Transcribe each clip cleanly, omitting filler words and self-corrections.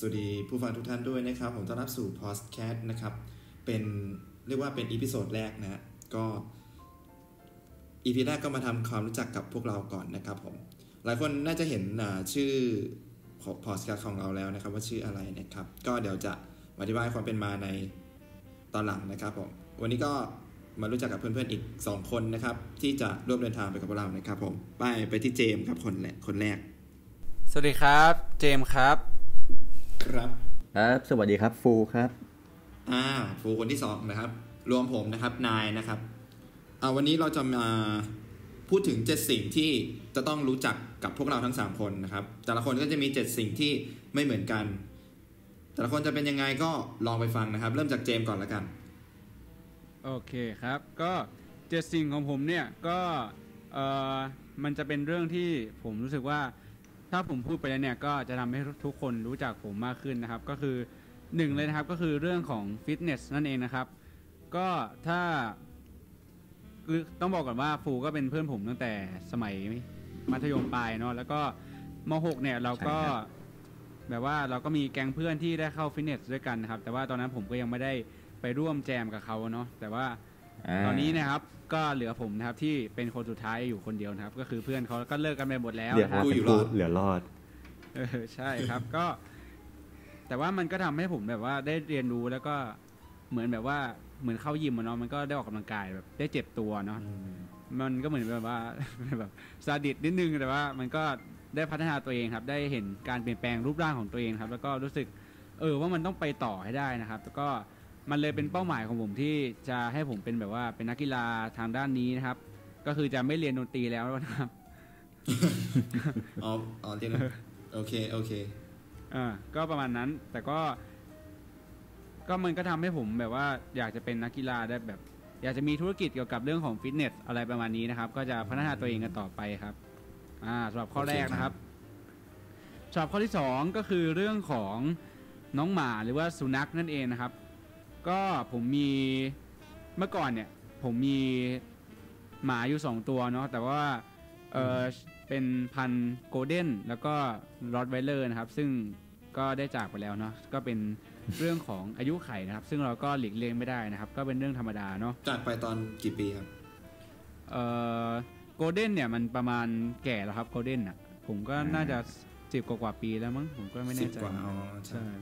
สวัสดีผู้ฟังทุกท่านด้วยนะครับผมต้อนรับสู่ Podcast นะครับเป็นเรียกว่าเป็นอีพิโซดแรกนะก็อีพีแรกก็มาทำความรู้จักกับพวกเราก่อนนะครับผมหลายคนน่าจะเห็นชื่อของ Podcast ของเราแล้วนะครับว่าชื่ออะไรนะครับก็เดี๋ยวจะอธิบายความเป็นมาในตอนหลังนะครับผมวันนี้ก็มารู้จักกับเพื่อนๆอีก2คนนะครับที่จะร่วมเดินทางไปกับพวกเรานะครับผมไปที่เจมส์ครับคนแรกสวัสดีครับเจมส์ครับครับสวัสดีครับฟูครับฟูคนที่2นะครับรวมผมนะครับนายนะครับวันนี้เราจะมาพูดถึง7สิ่งที่จะต้องรู้จักกับพวกเราทั้ง3คนนะครับแต่ละคนก็จะมี7สิ่งที่ไม่เหมือนกันแต่ละคนจะเป็นยังไงก็ลองไปฟังนะครับเริ่มจากเจมส์ก่อนละกันโอเคครับก็7สิ่งของผมเนี่ยก็มันจะเป็นเรื่องที่ผมรู้สึกว่าถ้าผมพูดไปแล้วเนี่ยก็จะทำให้ทุกคนรู้จักผมมากขึ้นนะครับก็คือ1เลยนะครับก็คือเรื่องของฟิตเนสนั่นเองนะครับก็ถ้าคือต้องบอกก่อนว่าฟูก็เป็นเพื่อนผมตั้งแต่สมัยมัธยมปลายเนาะแล้วก็ม.6 เนี่ยเราก็แบบว่าเราก็มีแก๊งเพื่อนที่ได้เข้าฟิตเนสด้วยกันนะครับแต่ว่าตอนนั้นผมก็ยังไม่ได้ไปร่วมแจมกับเขาเนาะแต่ว่าตอนนี้นะครับก็เหลือผมนะครับที่เป็นคนสุดท้ายอยู่คนเดียวนะครับก็คือเพื่อนเขาก็เลิกกันไปหมดแล้วนะครับเหลือรอดใช่ครับก็แต่ว่ามันก็ทำให้ผมแบบว่าได้เรียนรู้แล้วก็เหมือนแบบว่าเหมือนเข้ายิมเนาะมันก็ได้ออกกำลังกายแบบได้เจ็บตัวเนาะมันก็เหมือนแบบว่าแบบซาดิสนิดนึงแต่ว่ามันก็ได้พัฒนาตัวเองครับได้เห็นการเปลี่ยนแปลงรูปร่างของตัวเองครับแล้วก็รู้สึกว่ามันต้องไปต่อให้ได้นะครับแล้วก็มันเลยเป็นเป้าหมายของผมที่จะให้ผมเป็นแบบว่าเป็นนักกีฬาทางด้านนี้นะครับก็คือจะไม่เรียนดนตรีแล้วนะครับอ๋อจริงโอเคก็ประมาณนั้นแต่ก็มันก็ทำให้ผมแบบว่าอยากจะเป็นนักกีฬาได้แบบอยากจะมีธุรกิจเกี่ยวกับเรื่องของฟิตเนสอะไรประมาณนี้นะครับก็จะพัฒนาตัวเองกันต่อไปครับสำหรับข้อแรกนะครับสำหรับข้อที่2ก็คือเรื่องของน้องหมาหรือว่าสุนัขนั่นเองนะครับก็ผมมีเมื่อก่อนเนี่ยผมมีหมาอยู่2ตัวเนาะแต่ว่าเป็นพันธุ์โกลเด้นแล้วก็รอตไวเลอร์นะครับซึ่งก็ได้จากไปแล้วเนาะก็เป็นเรื่องของอายุไขนะครับซึ่งเราก็หลีกเลี่ยงไม่ได้นะครับก็เป็นเรื่องธรรมดาเนาะจากไปตอนกี่ปีครับโกลเด้นเนี่ยมันประมาณแก่แล้วครับโกลเด้นอ่ะผมก็น่าจะ10กว่าปีแล้วมั้งผมก็ไม่แน่ใจใช่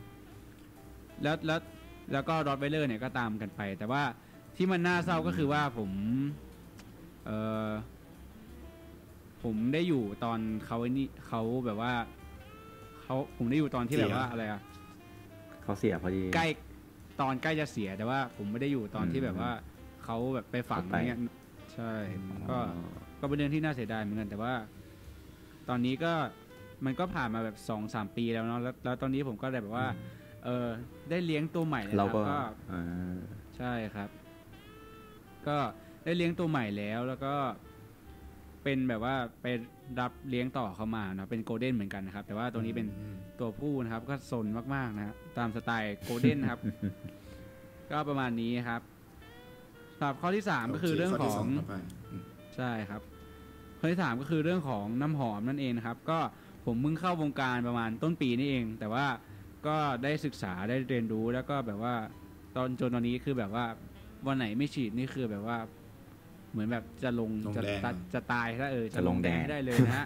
แล้วก็รอตไวเลอร์เนี่ยก็ตามกันไปแต่ว่าที่มันน่าเศร้าก็คือว่าผมได้อยู่ตอนเขาแบบว่าผมได้อยู่ตอนที่แบบว่าอะไรอ่ะเขาเสียพอดีใกล้จะเสียแต่ว่าผมไม่ได้อยู่ตอนที่แบบว่าเขาแบบไปฝังอะไรเงี้ยใช่ก็เป็นเรื่องที่น่าเสียดายเหมือนกันแต่ว่าตอนนี้ก็มันก็ผ่านมาแบบ 2-3 ปีแล้วเนาะแล้วตอนนี้ผมก็ได้แบบว่าได้เลี้ยงตัวใหม่แล้วก็ใช่ครับก็ได้เลี้ยงตัวใหม่แล้วก็เป็นแบบว่าไปรับเลี้ยงต่อเข้ามาเนาะเป็นโกลเด้นเหมือนกันนะครับแต่ว่าตัวนี้เป็นตัวผู้นะครับก็ซนมากๆนะตามสไตล์โกลเด้นครับก็ประมาณนี้ครับสำหรับข้อที่3ก็คือเรื่องของใช่ครับข้อที่3ก็คือเรื่องของน้ำหอมนั่นเองนะครับก็ผมเพิ่งเข้าวงการประมาณต้นปีนี่เองแต่ว่าก็ได้ศึกษาได้เรียนรู้แล้วก็แบบว่าจนตอนนี้คือแบบว่าวันไหนไม่ฉีดนี่คือแบบว่าเหมือนแบบจะตายถ้าจะลงแดงได้เลยนะฮะ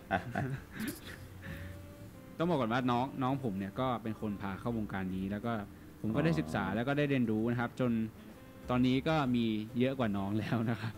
ต้องบอกก่อนว่าน้องผมเนี่ยก็เป็นคนพาเข้าวงการนี้แล้วก็ผมก็ได้ศึกษาแล้วก็ได้เรียนรู้นะครับจนตอนนี้ก็มีเยอะกว่าน้องแล้วนะครับ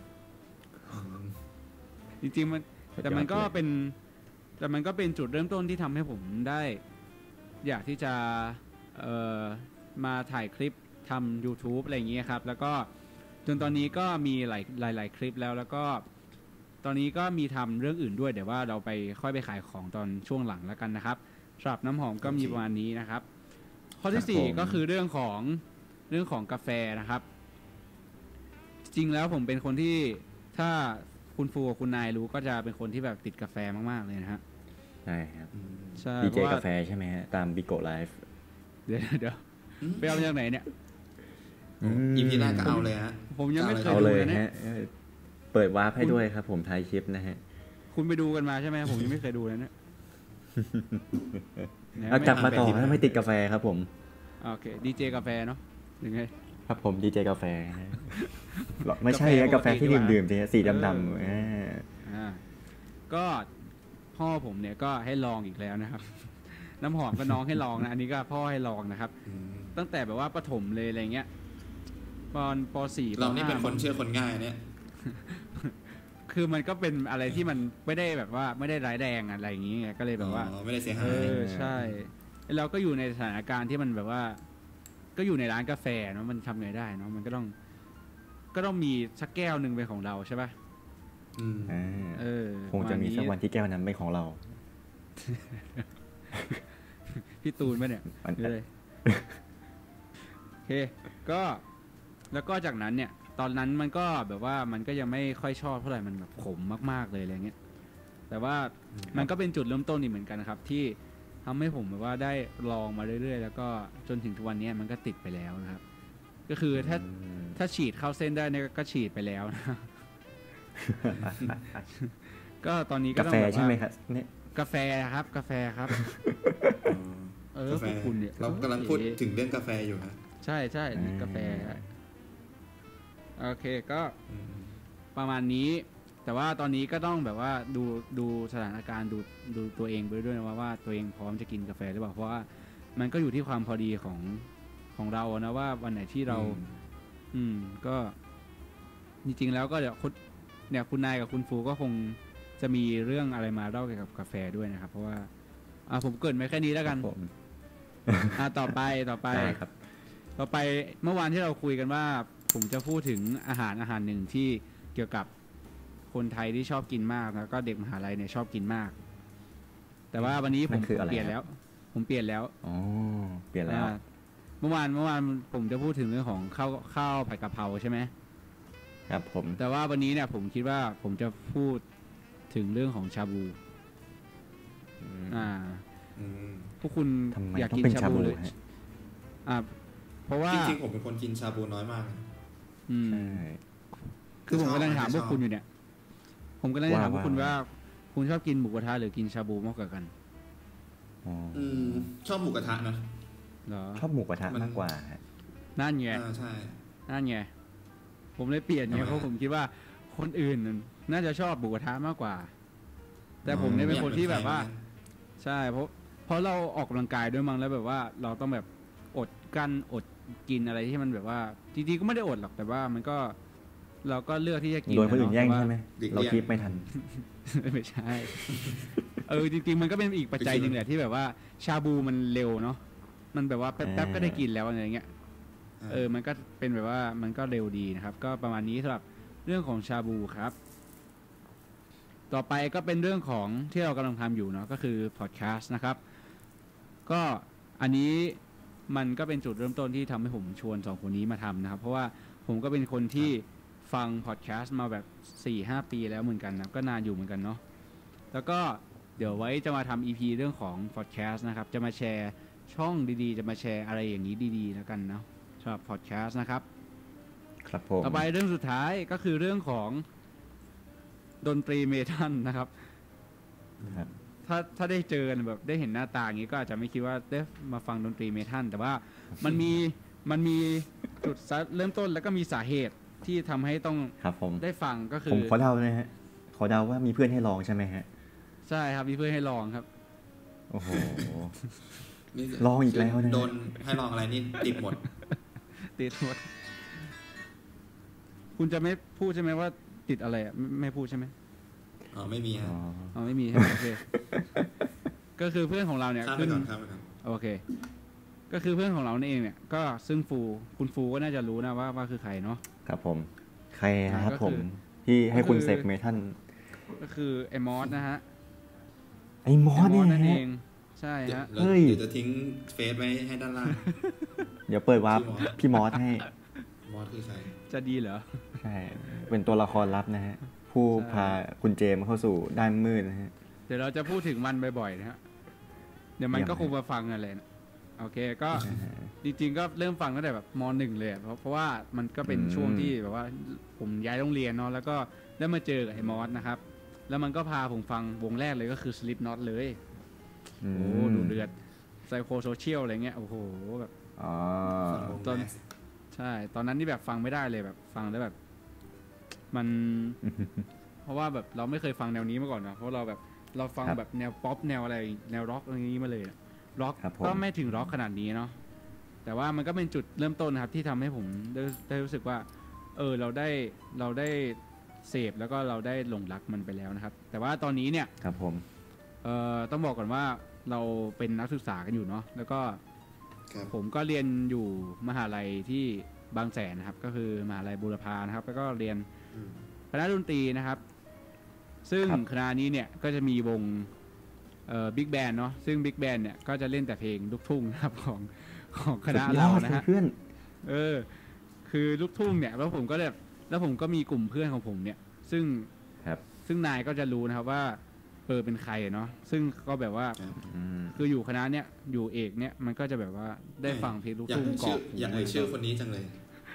จริงๆแต่มันก็เป็นจุดเริ่มต้นที่ทำให้ผมได้อยากที่จะมาถ่ายคลิปทำ YouTube อะไรอย่างเงี้ยครับแล้วก็จนตอนนี้ก็มีหลายคลิปแล้วก็ตอนนี้ก็มีทำเรื่องอื่นด้วยเดี๋ยวว่าเราค่อยไปขายของตอนช่วงหลังแล้วกันนะครับสำหรับน้ำหอมก็มีประมาณนี้นะครับข้อที่4ก็คือเรื่องของกาแฟนะครับจริงแล้วผมเป็นคนที่ถ้าคุณฟูกับคุณนายรู้ก็จะเป็นคนที่แบบติดกาแฟมากๆเลยนะฮะใช่ครับใช่ดีเจกาแฟใช่ไหมฮะตามบิโกไลฟ์เดี๋ยวไปเอาจากไหนเนี่ยอีพีแรกก็เอาเลยฮะผมยังไม่เคยดูเลยนะเปิดวาร์ปให้ด้วยครับผมถ่ายคลิปนะฮะคุณไปดูกันมาใช่ไหมผมยังไม่เคยดูเลยเนี่ยเอากลับมาต่อแล้วไม่ติดกาแฟครับผมโอเคดีเจกาแฟเนาะยังไงครับผมดีเจกาแฟไม่ใช่กาแฟที่ดื่มๆสีดำๆก็พ่อผมเนี่ยก็ให้ลองอีกแล้วนะครับน้ำหอมก็น้องให้ลองนะอันนี้ก็พ่อให้ลองนะครับตั้งแต่แบบว่าประถมเลยอะไรเงี้ยตอนป .4 เรานี่เป็นคนเชื่อคนง่ายเนี่ยคือมันก็เป็นอะไรที่มันไม่ได้แบบว่าไม่ได้ร้ายแรงอะไรอย่างงี้ไงก็เลยแบบว่าไม่ได้เสียหายใช่เราก็อยู่ในสถานการณ์ที่มันแบบว่าก็อยู่ในร้านกาแฟเนาะมันทำไงได้เนาะมันก็ต้องมีสักแก้วนึงเป็นของเราใช่ป่ะคงจะมีสักวันที่แก้วนั้นเป็นของเราพี่ตูนป่ะเนี่ยเลยโอเคก็แล้วก็จากนั้นเนี่ยตอนนั้นมันก็แบบว่ามันก็ยังไม่ค่อยชอบเท่าไหร่มันแบบขมมากๆเลยอะไรเงี้ยแต่ว่ามันก็เป็นจุดเริ่มต้นนี่เหมือนกันครับที่ทำให้ผมแบบว่าได้ลองมาเรื่อยๆแล้วก็จนถึงทุกวันนี้มันก็ติดไปแล้วนะครับก็คือถ้าฉีดเข้าเส้นได้เนี่ยก็ฉีดไปแล้วนะก็ตอนนี้ก็กาแฟใช่ไหมครับเนี่ยกาแฟครับกาแฟครับพวกคุณเนี่ยเรากำลังพูดถึงเรื่องกาแฟอยู่ครับใช่ใช่กาแฟโอเคก็ประมาณนี้แต่ว่าตอนนี้ก็ต้องแบบว่าดูสถานการณ์ดูตัวเองไปด้วยนะว่าตัวเองพร้อมจะกินกาแฟหรือเปล่าเพราะว่ามันก็อยู่ที่ความพอดีของเรานะว่าวันไหนที่เราก็จริงๆแล้วก็เดี๋ยวเนี่ยคุณนายกับคุณฟูก็คงจะมีเรื่องอะไรมาเล่าเกี่ยวกับกาแฟด้วยนะครับเพราะว่าผมเกิดไม่แค่นี้แล้วกันต่อไปครับต่อไปเมื่อวานที่เราคุยกันว่าผมจะพูดถึงอาหารหนึ่งที่เกี่ยวกับคนไทยที่ชอบกินมากแล้วก็เด็กมหาลัยเนี่ยชอบกินมากแต่ว่าวันนี้ผมเปลี่ยนแล้วอ๋อเปลี่ยนแล้วเมื่อวานผมจะพูดถึงเรื่องของข้าวผัดกะเพราใช่ไหมครับผมแต่ว่าวันนี้เนี่ยผมคิดว่าผมจะพูดถึงเรื่องของชาบูพวกคุณอยากกินชาบูเลยเพราะว่าจริงๆผมเป็นคนกินชาบูน้อยมากคือผมกำลังถามพวกคุณอยู่เนี่ยผมกำลังถามพวกคุณว่าคุณชอบกินหมูกระทะหรือกินชาบูมากกว่ากันชอบหมูกระทะนะชอบหมูกระทะมากกว่านั่นไงใช่นั่นไงผมเลยเปลี่ยนไงเพราะผมคิดว่าคนอื่นน่าจะชอบหมูกระทะมากกว่าแต่ผมเนี่ยเป็นคนที่แบบว่าใช่เพราะเราออกกำลังกายด้วยมั้งแล้วแบบว่าเราต้องแบบอดกินอะไรที่มันแบบว่าจริงๆก็ไม่ได้อดหรอกแต่ว่ามันก็เราก็เลือกที่จะกินโดยคนอื่นแย่งใช่ไหมเราคิดไม่ทันไม่ใช่จริงๆมันก็เป็นอีกปัจจัยหนึ่งแหละที่แบบว่าชาบูมันเร็วเนาะมันแบบว่าแป๊บๆก็ได้กินแล้วอะไรเงี้ยมันก็เป็นแบบว่ามันก็เร็วดีนะครับก็ประมาณนี้สำหรับเรื่องของชาบูครับต่อไปก็เป็นเรื่องของที่เรากำลังทำอยู่เนาะก็คือพอดแคสต์นะครับก็อันนี้มันก็เป็นจุดเริ่มต้นที่ทำให้ผมชวน2คนนี้มาทำนะครับเพราะว่าผมก็เป็นคนที่ฟังพอดแคสต์มาแบบ 4-5 ปีแล้วเหมือนกันนะก็นานอยู่เหมือนกันเนาะแล้วก็เดี๋ยวไว้จะมาทำ EP เรื่องของพอดแคสต์นะครับจะมาแชร์ช่องดีๆจะมาแชร์อะไรอย่างนี้ดีๆแล้วกันเนาะสำหรับพอดแคสต์นะครับครับผมต่อไปเรื่องสุดท้ายก็คือเรื่องของดนตรีเมทัลนะครับถ้าได้เจอแบบได้เห็นหน้าตาอย่างนี้ก็อาจจะไม่คิดว่าได้มาฟังดนตรีเมทัลแต่ว่ามันมีจุดเริ่มต้นแล้วก็มีสาเหตุที่ทำให้ต้องได้ฟังก็คือผมขอเดานะฮะขอเดาว่ามีเพื่อนให้ลองใช่ไหมฮะใช่ครับมีเพื่อนให้ลองครับโอ้โหลองอีกแล้วนะโดนให้ลองอะไรนี่ติดหมดคุณจะไม่พูดใช่ไหมว่าติดอะไรไม่พูดใช่ไหมไม่มีครับไม่มีโอเคก็คือเพื่อนของเราเนี่ยขึ้นโอเคก็คือเพื่อนของเราเองเนี่ยก็ซึ่งคุณฟูก็น่าจะรู้นะว่าคือใครเนาะครับผมใครครับผมที่ให้คุณเสพเมทัลก็คือไอ้มอสนะฮะไอ้มอสนั่นเองใช่ฮะเดี๋ยวจะทิ้งเฟซไว้ให้ด้านล่างเดี๋ยวเปิดวาร์ปพี่มอสให้มอสคือใครจะดีเหรอใช่เป็นตัวละครลับนะฮะผู้พาคุณเจมเข้าสู่ด้านมืดนะฮะเดี๋ยวเราจะพูดถึงมันบ่อยๆนะฮะเดี๋ยวมันก็คงมาฟังอะไรนะโอเคก็จริงๆก็เริ่มฟังตั้งแต่แบบม.1 เลยเพราะว่ามันก็เป็นช่วงที่แบบว่าผมย้ายโรงเรียนเนาะแล้วก็ได้มาเจอกับไอ้มอสนะครับแล้วมันก็พาผมฟังวงแรกเลยก็คือ Slipknot เลยโอ้ดูเดือดไซโคโซเชียลอะไรเงี้ยโอ้โหแบบตอนใช่ตอนนั้นนี่แบบฟังไม่ได้เลยแบบฟังแล้วแบบมัน เพราะว่าแบบเราไม่เคยฟังแนวนี้มาก่อนนะเพราะเราฟังแบบแนวป๊อปแนวอะไรแนวร็อกอะไรนี้มาเลยร็อกก็ไม่ถึงร็อกขนาดนี้เนาะแต่ว่ามันก็เป็นจุดเริ่มต้นนะครับที่ทำให้ผมได้รู้สึกว่าเราได้เสพแล้วก็เราได้หลงรักมันไปแล้วนะครับแต่ว่าตอนนี้เนี่ยครับผมต้องบอกก่อนว่าเราเป็นนักศึกษากันอยู่เนาะแล้วก็ผมก็เรียนอยู่มหาลัยที่บางแสนนะครับก็คือมหาลัยบูรพานะครับแล้วก็เรียนคณะดนตรีนะครับซึ่งคณะนี้เนี่ยก็จะมีวงบิ๊กแบนด์เนาะซึ่งบิ๊กแบนด์เนี่ยก็จะเล่นแต่เพลงลูกทุ่งนะครับของคณะเรานะฮะคือลูกทุ่งเนี่ยแล้วผมก็มีกลุ่มเพื่อนของผมเนี่ยซึ่งนายก็จะรู้นะครับว่าเป็นใครเนาะซึ่งก็แบบว่าคืออยู่คณะเนี่ยอยู่เอกเนี่ยมันก็จะแบบว่าได้ฟังเพลงลูกทุ่งกรอบอยากเอ่ยชื่อคนนี้จังเลย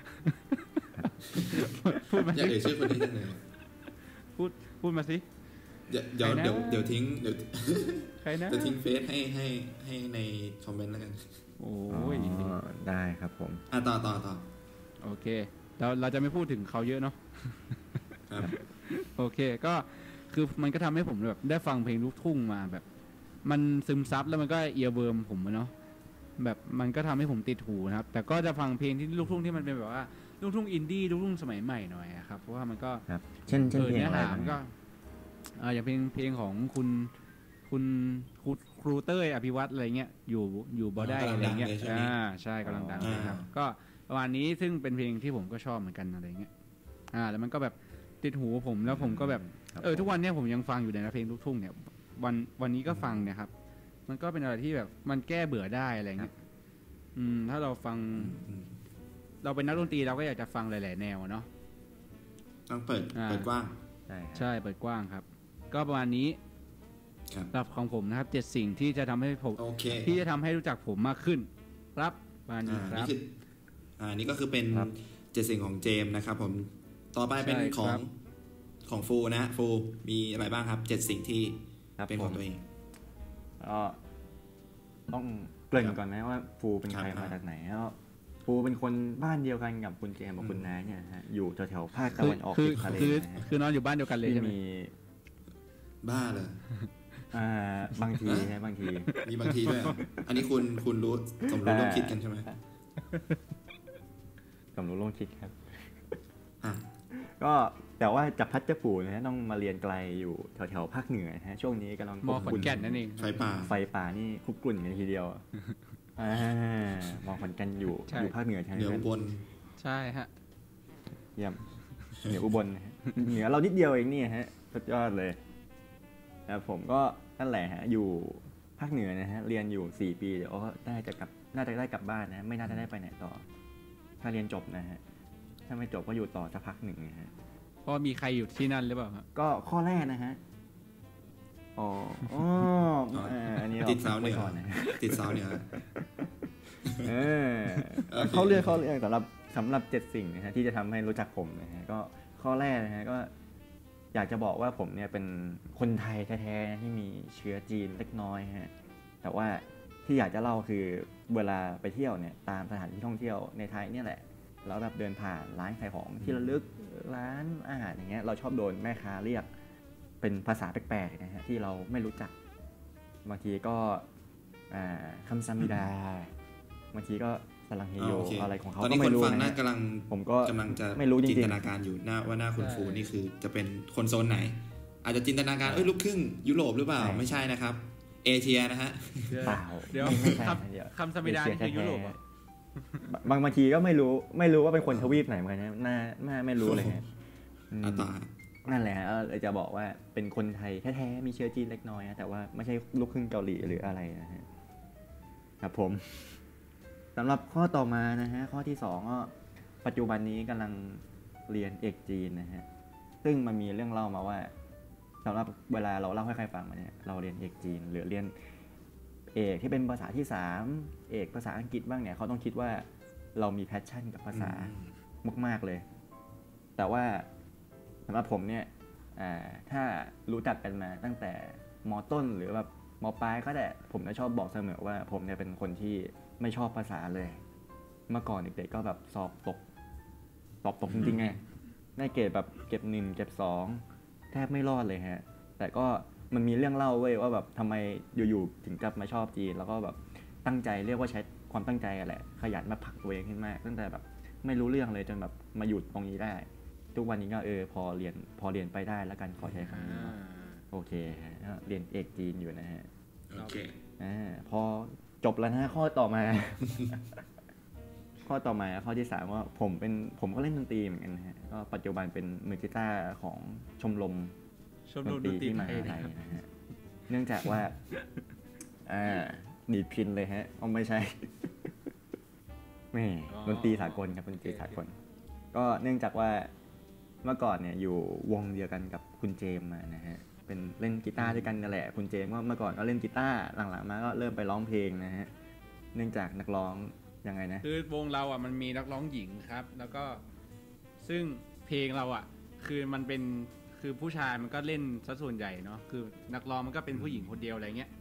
อยากเอ่ยชื่อคนนี้จังเลยพูดมาสิเดี๋ยวทิ้งใครนะจะทิ้งเฟซให้ในคอมเมนต์แล้วกันโอ้ยได้ครับผมต่อโอเคเราจะไม่พูดถึงเขาเยอะเนาะครับโอเคก็คือมันก็ทำให้ผมแบบได้ฟังเพลงลูกทุ่งมาแบบมันซึมซับแล้วมันก็เอียร์เวิร์มผมเนาะแบบมันก็ทำให้ผมติดหูนะครับแต่ก็จะฟังเพลงที่ลูกทุ่งที่มันเป็นแบบว่าลูกทุ่งอินดี้ลูกทุ่งสมัยใหม่หน่อยครับเพราะว่ามันก็เช่นเพลงอะไรมันก็อย่างเพลงของคุณครูเต้ยอภิวัตรอะไรเงี้ยอยู่บ่ได้อะไรเงี้ยใช่กำลังดังเลยครับก็ประมาณนี้ซึ่งเป็นเพลงที่ผมก็ชอบเหมือนกันอะไรเงี้ยแล้วมันก็แบบติดหูผมแล้วผมก็แบบทุกวันนี้ผมยังฟังอยู่ในเพลงลูกทุ่งเนี่ยวันนี้ก็ฟังเนี่ยครับมันก็เป็นอะไรที่แบบมันแก้เบื่อได้อะไรเงี้ยถ้าเราฟังเราเป็นนักดนตรีเราก็อยากจะฟังหลายๆแนวเนาะต้องเปิดกว้างใช่เปิดกว้างครับก็ประมาณนี้สำหรับของผมนะครับ7สิ่งที่จะทำให้ผมที่จะทำให้รู้จักผมมากขึ้นครับประมาณนี้ครับนี่ก็คือเป็น7สิ่งของเจมส์นะครับผมต่อไปเป็นของฟูนะฟูมีอะไรบ้างครับ7สิ่งที่เป็นของตัวเองก็ต้องเกริ่นก่อนนะว่าฟูเป็นใครมาจากไหนก็ฟูเป็นคนบ้านเดียวกันกับคุณเจมส์กับคุณน้าเนี่ยฮะอยู่แถวๆภาคตะวันออกติดทะเลคือนอนอยู่บ้านเดียวกันเลยใช่ไหมบ้าเลยบางทีใช่บางทีมีบางทีด้วยอันนี้คุณรู้สมรู้ร่วมคิดกันใช่ไหมสมรู้ร่วมคิดครับก็แต่ว่าจากพัทยาปูนะฮะต้องมาเรียนไกลอยู่แถวๆภาคเหนือนะฮะช่วงนี้กำลังมอขอนแก่นนั่นเองไฟป่านี่คุกกลุ่นกันทีเดียวมอขอนแก่นอยู่ภาคเหนือใช่ไหมเหนืออุบลใช่ฮะเยี่ยมเหนืออุบลเหนือเรานิดเดียวเองนี่ฮะสุดยอดเลยผมก็นั่นแหละฮะอยู่ภาคเหนือนะฮะเรียนอยู่4 ปีเดี๋ยวน่าจะได้กลับบ้านนะไม่น่าจะได้ไปไหนต่อถ้าเรียนจบนะฮะถ้าไม่จบก็อยู่ต่อสักพักหนึ่งนะฮะเพราะมีใครอยู่ที่นั่นหรือเปล่าครับก็ข้อแรกนะฮะอันนี้ติดสาวเนี่ยติดสาวเนี่ยเขาเลือกสำหรับ7 สิ่งนะฮะที่จะทำให้รู้จักผมนะฮะก็ข้อแรกนะฮะก็อยากจะบอกว่าผมเนี่ยเป็นคนไทยแท้ๆที่มีเชื้อจีนเล็กน้อยฮะแต่ว่าที่อยากจะเล่าคือเวลาไปเที่ยวเนี่ยตามสถานที่ท่องเที่ยวในไทยเนี่ยแหละแล้วแบบเดินผ่านร้านขายของที่ระลึกร้านอาหารอย่างเงี้ยเราชอบโดนแม่ค้าเรียกเป็นภาษาแปลกๆนะฮะที่เราไม่รู้จักบางทีก็คำซัมมิดาบางทีก็สลังเฮโยอะไรของเขาก็ไม่รู้นะผมก็กำลังจะไม่รู้จริงๆจินตนาการอยู่ว่าหน้าคุณฟูนี่คือจะเป็นคนโซนไหนอาจจะจินตนาการลูกครึ่งยุโรปหรือเปล่าไม่ใช่นะครับเอเชียนะฮะเปล่าเดี๋ยวคำซัมมิดาคือยุโรปบางทีก็ไม่รู้ว่าเป็นคนทวีปไหนเหมือนกันนะหน้าไม่รู้เลยฮะนั่นแหละจะบอกว่าเป็นคนไทยแท้ๆมีเชื้อจีนเล็กน้อยนะแต่ว่าไม่ใช่ลูกครึ่งเกาหลีหรืออะไรนะฮะครับผมสำหรับข้อต่อมานะฮะข้อที่2ก็ปัจจุบันนี้กำลังเรียนเอกจีนนะฮะซึ่งมันมีเรื่องเล่ามาว่าสำหรับเวลาเราเล่าให้ใครฟังมาเนี่ยเราเรียนเอกจีนหรือเรียนเอกที่เป็นภาษาที่3เอกภาษาอังกฤษบ้างเนี่ยเขาต้องคิดว่าเรามีแพชชั่นกับภาษามากๆเลยแต่ว่าสำหรับผมเนี่ยถ้ารู้จักกันมาตั้งแต่ม.ต้นหรือแบบมปลายก็ได้ผมจะชอบบอกเสมอว่าผมเนี่ยเป็นคนที่ไม่ชอบภาษาเลยเมื่อก่อนเด็กๆก็แบบสอบตกจริงๆไงได้เกรดแบบเก็บ1เก็บ2แทบไม่รอดเลยฮะแต่ก็มันมีเรื่องเล่าเว้ยว่าแบบทำไมอยู่ๆถึงกลับมาชอบจีนแล้วก็แบบตั้งใจเรียกว่าใช้ความตั้งใจแหละขยันมาผลักตัวเองขึ้นมากตั้งแต่แบบไม่รู้เรื่องเลยจนแบบมาหยุดตรงนี้ได้ทุกวันนี้ก็พอเรียนไปได้แล้วกันขอใช้คำนี้โอเคเรียนเอกจีนอยู่นะฮะโอเคพอจบแล้วนะข้อต่อมา ข้อที่3ว่าผมก็เล่นดนตรีเหมือนกันนะฮะก็ปัจจุบันเป็นมือกีตาร์ของชมรมดนตรีที่มหาลัยนะฮะเนื่องจากว่าดีดพินเลยฮะไม่ใช่แม่ดนตรีสากลครับดนตรีสากลก็เนื่องจากว่าเมื่อก่อนเนี่ยอยู่วงเดียวกันกับคุณเจมมานะฮะเป็นเล่นกีตาร์ด้วยกันนั่นแหละคุณเจมก็เมื่อก่อนก็เล่นกีตาร์หลังๆมาก็เริ่มไปร้องเพลงนะฮะเนื่องจากนักร้องยังไงนะคือวงเราอ่ะมันมีนักร้องหญิงครับแล้วก็ซึ่งเพลงเราอ่ะคือผู้ชายมันก็เล่นซะส่วนใหญ่เนาะคือนักร้องมันก็เป็นผู้หญิงคนเดียวอะไรเงี้ย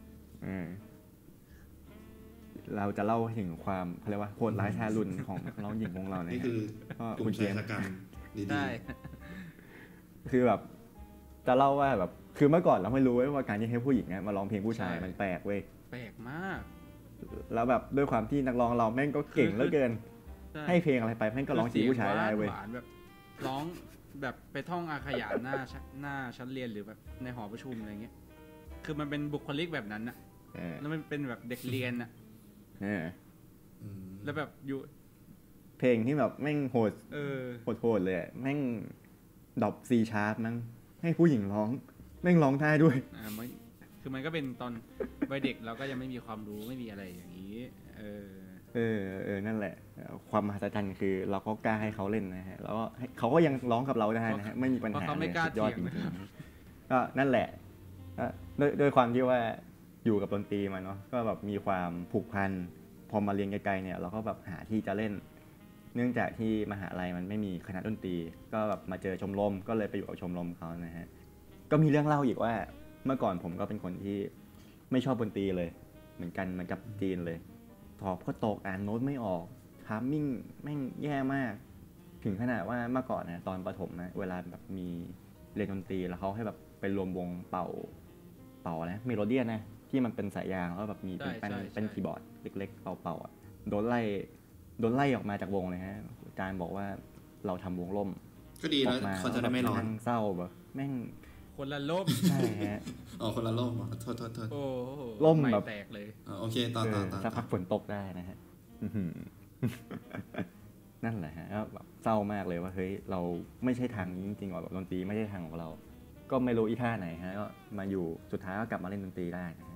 เราจะเล่าถึงความเขาเรียกว่าโหดร้ายทารุณของนักร้องหญิงวงเราเนี่ยนี่คือคุณเจมใช่คือแบบจะเล่าว่าแบบคือเมื่อก่อนเราไม่รู้ว่าการที่ให้ผู้หญิงมาร้องเพลงผู้ชายมันแปลกเว้ยแปลกมากแล้วแบบด้วยความที่นักร้องเราแม่งก็เก่งเหลือเกินให้เพลงอะไรไปแม่งก็ร้องเสียงผู้ชายได้เว้ยแบบร้องแบบไปท่องอาขยานหน้าชั้นเรียนหรือแบบในหอประชุมอะไรเงี้ยคือมันเป็นบุคลิกแบบนั้นน่ะแล้วมันเป็นแบบเด็กเรียนน่ะแล้วแบบอยู่เพลงที่แบบแม่งโหดเลยแม่งดรอป C sharp มั้งให้ผู้หญิงร้องแม่งร้องได้ด้วยคือมันก็เป็นตอนวัยเด็กเราก็ยังไม่มีความรู้ไม่มีอะไรอย่างนี้นั่นแหละความมหัศจรรย์คือเราก็กล้าให้เขาเล่นนะฮะแล้วเขาก็ยังร้องกับเราได้นะฮะไม่มีปัญหาเลยยอดจริงๆก็นั่นแหละด้วยความที่ว่าอยู่กับดนตรีมาเนาะก็แบบมีความผูกพันพอมาเรียนไกลๆเนี่ยเราก็แบบหาที่จะเล่นเนื่องจากที่มหาลัยมันไม่มีคณะดนตรีก็แบบมาเจอชมรมก็เลยไปอยู่กับชมรมเขานะฮะก็มีเรื่องเล่าอีกว่าเมื่อก่อนผมก็เป็นคนที่ไม่ชอบดนตรีเลยเหมือนกันเหมือนกับจีนเลยสอบก็ตกอ่านโน้ตไม่ออกทามมิ่งแม่งแย่มากถึงขนาดว่าเมื่อก่อนนะตอนประถมนะเวลาแบบมีเรียนดนตรีแล้วเขาให้แบบไปรวมวงเป่าอะไรเมโลเดียนนะที่มันเป็นสายยางแล้วแบบมีเป็นคีย์บอร์ดเล็กๆเป่าๆโดนไล่ออกมาจากวงเลยฮะอาจารย์บอกว่าเราทำวงล่มก็ดีแล้วเขาจะได้ไม่ร้อนเศร้าแบบแม่งคนละล่มใช่ฮะคนละล่มโทษโอ้ล่มแบบแตกเลยโอเคต่อสักพักฝนตกได้นะฮะนั่นแหละฮะแบบเศร้ามากเลยว่าเฮ้ยเราไม่ใช่ทางนี้จริงๆแบบดนตรีไม่ใช่ทางของเราก็ไม่รู้อีท่าไหนฮะก็มาอยู่สุดท้ายก็กลับมาเล่นดนตรีได้นะฮะ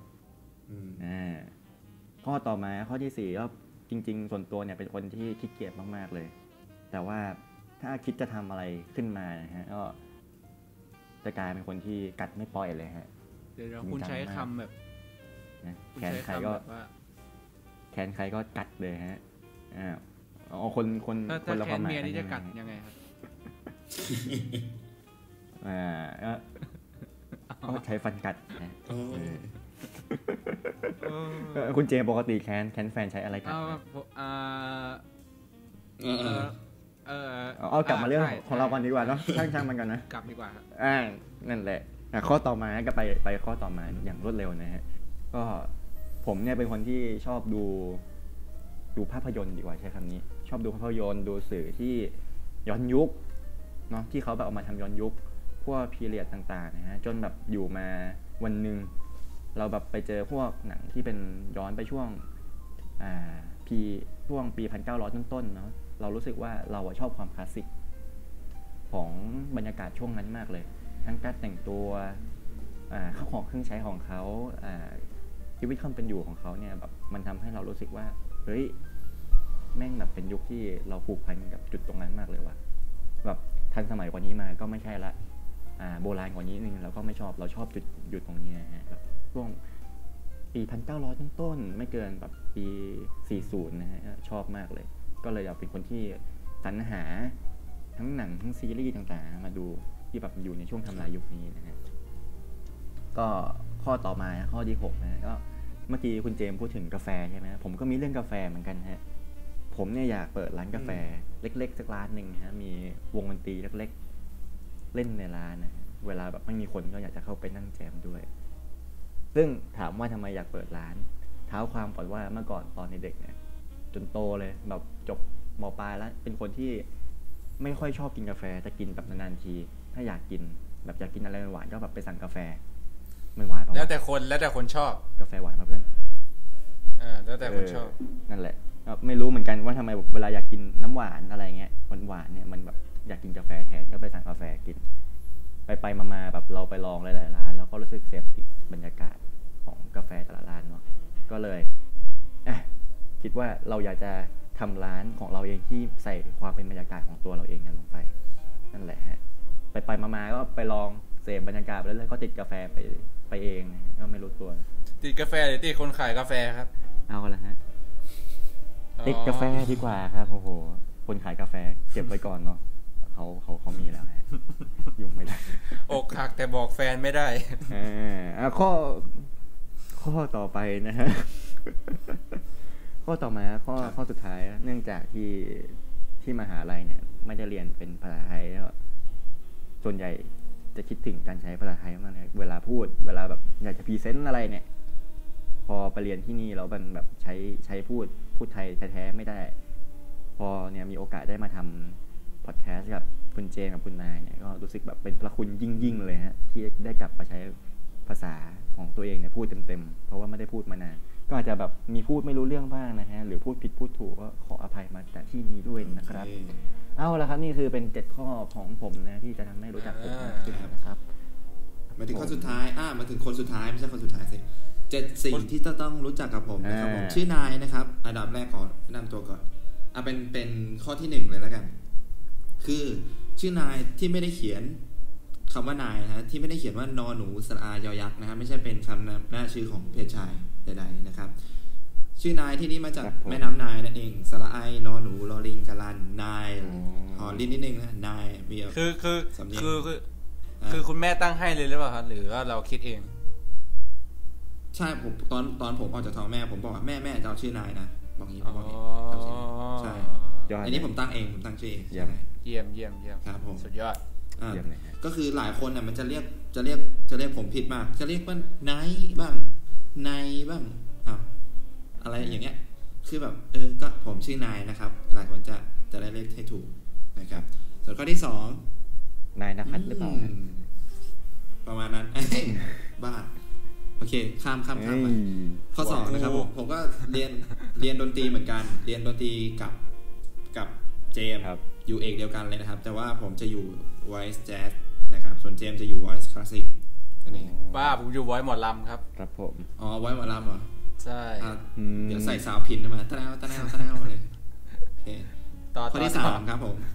ข้อต่อมาข้อที่4ก็จริงๆส่วนตัวเนี่ยเป็นคนที่ขี้เกียจมากๆเลยแต่ว่าถ้าคิดจะทำอะไรขึ้นมานะฮะก็จะกลายเป็นคนที่กัดไม่ปล่อยเลยฮะเดี๋ยวคุณใช้คำแบบแขนใครก็กัดเลยฮะคนละความหมายเมียนี่จะกัดยังไงครับก็ใช้ฟันกัดนะคุณเจปกติแคนแฟนใช้อะไรกัดเอากลับมาเรื่องของเราก่อนดีกว่าเนาะช่างมันกันนะกลับดีกว่านั่นแหละข้อต่อมาก็ไปข้อต่อมาอย่างรวดเร็วนะฮะก็ผมเนี่ยเป็นคนที่ชอบดูภาพยนตร์ดีกว่าใช้คำนี้ชอบดูภาพยนตร์ดูสื่อที่ย้อนยุคเนาะที่เขาแบบเอามาทำย้อนยุคพวกพีเรียดต่างๆนะฮะจนแบบอยู่มาวันนึงเราแบบไปเจอพวกหนังที่เป็นย้อนไปช่วงปี 1900 ต้นๆเนาะเรารู้สึกว่าเราชอบความคลาสสิกของบรรยากาศช่วงนั้นมากเลยทั้งการแต่งตัวข้าวของเครื่องใช้ของเขาชีวิตความเป็นอยู่ของเขาเนี่ยแบบมันทำให้เรารู้สึกว่าเฮ้ยแม่งแบบเป็นยุคที่เราผูกพันกับจุดตรงนั้นมากเลยว่ะแบบทันสมัยกว่านี้มาก็ไม่ใช่ละโบราณกว่านี้นึงเราก็ไม่ชอบเราชอบจุดตรงนี้นะฮะแบบช่วงปี 1900 ต้นๆไม่เกินแบบปี 40 นะฮะชอบมากเลยก็เลยอยากเป็นคนที่สรรหาทั้งหนังทั้งซีรีส์ต่างๆมาดูที่แบบอยู่ในช่วงทำลายยุคนี้นะฮะก็ข้อต่อมาข้อที่6นะก็เมื่อกี้คุณเจมส์พูดถึงกาแฟใช่ไหมผมก็มีเรื่องกาแฟเหมือนกันฮะผมเนี่ยอยากเปิดร้านกาแฟเล็กๆสักร้านหนึ่งฮะมีวงดนตรีเล็กๆเล่นในร้านนะเวลาแบบไม่มีคนก็อยากจะเข้าไปนั่งแจมด้วยซึ่งถามว่าทำไมอยากเปิดร้านเท้าความก่อนว่าเมื่อก่อนตอนเด็กเนี่ยจนโตเลยแบบจบม.ปลายแล้วเป็นคนที่ไม่ค่อยชอบกินกาแฟแต่กินแบบนานๆทีถ้าอยากกินแบบอยากกินอะไรหวานก็แบบไปสั่งกาแฟไม่หวานแล้วแต่คนชอบกาแฟหวานมาเพื่อนแล้วแต่คนชอบนั่นแหละไม่รู้เหมือนกันว่าทำไมเวลาอยากกินน้ำหวานอะไรเงี้ยหวานเนี่ยมันแบบอยากกินกาแฟแทนก็ไปสั่งกาแฟกินไปมาแบบเราไปลองหลายๆร้านแล้วก็รู้สึกเสพติดบรรยากาศของกาแฟแต่ละร้านเนาะก็เลยคิดว่าเราอยากจะทำร้านของเราเองที่ใส่ความเป็นบรรยากาศของตัวเราเองลงไปนั่นแหละฮะไปมาก็ไปลองเสพบรรยากาศแล้วก็ติดกาแฟไปเองก็ไม่รู้ตัวติดกาแฟหรือติดคนขายกาแฟครับเอาละฮะติดกาแฟดีกว่าครับโอ้โหคนขายกาแฟเก็บไว้ก่อนเนาะเขามีแล้วฮะยุ่งไม่ได้อกหักแต่บอกแฟนไม่ได้ข้อต่อไปนะฮะข้อต่อมาข้อสุดท้ายเนื่องจากที่มหาลัยเนี่ยไม่ได้เรียนเป็นภาษาไทยแล้วส่วนใหญ่จะคิดถึงการใช้ภาษาไทยมากเลยเวลาพูดเวลาแบบอยากจะพรีเซนต์อะไรเนี่ยพอไปเรียนที่นี่แล้วมันแบบใช้พูดไทยแท้ๆไม่ได้พอเนี่ยมีโอกาสได้มาทำพอดแคสต์กับคุณเจมกับคุณนายเนี่ยก็รู้สึกแบบเป็นพระคุณยิ่งๆเลยฮะที่ได้กลับมาใช้ภาษาของตัวเองเนี่ยพูดเต็มๆเพราะว่าไม่ได้พูดมานานก็อาจจะแบบมีพูดไม่รู้เรื่องบ้างนะฮะหรือพูดผิดพูดถูกก็ขออภัยมาจากที่นี้ด้วยนะครับเอาละครับนี่คือเป็น7ข้อของผมนะที่จะทำให้รู้จักผมมากขึ้นนะครับมาถึงข้อสุดท้ายมาถึงคนสุดท้ายไม่ใช่คนสุดท้ายสิ7สิ่งที่ต้องรู้จักกับผมนะครับผมชื่อนายนะครับอันดับแรกขอแนะนำตัวก่อนเป็นข้อที่1เลยแล้วกันคือชื่อนายที่ไม่ได้เขียนคำว่านายนะที่ไม่ได้เขียนว่านอหนูสระอายอยักษ์นะครับไม่ใช่เป็นคำหน้าชื่อของเพศชายใดๆนะครับชื่อนายที่นี้มาจากแม่น้ำนายนั่นเองสระไอนอหนูลอลิงกะลันนายหอลิ้นนิดนึงนะนายมีคือคุณแม่ตั้งให้เลยหรือเปล่าครับหรือว่าเราคิดเองใช่ผมตอนผมออกจากท้องแม่ผมบอกว่าแม่จะเอาชื่อนายนะบอกงี้ใช่อันนี้ผมตั้งเองผมตั้งชื่อเองเยี่ยมครับผมสุดยอดก็คือหลายคนน่ะมันจะเรียกผมผิดมากจะเรียกว่านายบ้างนายบ้างอะไรอย่างเงี้ยคือแบบก็ผมชื่อนายนะครับหลายคนจะได้เรียกให้ถูกนะครับส่วนข้อที่2 นายณภัทรหรือเปล่าประมาณนั้นบ้าโอเคข้ามไปข้อ2นะครับผมก็เรียนดนตรีเหมือนกันเรียนดนตรีกับเจมอยู่เอกเดียวกันเลยนะครับแต่ว่าผมจะอยู่ voice jazz นะครับส่วนเจมจะอยู่ voice classic นี่ป้าผมอยู่ voice หมอลำครับครับผม voice หมอลำเหรอใช่เดี๋ยวใส่ซาวพินมาตะแนวมาเลยข้อที่3ครับผม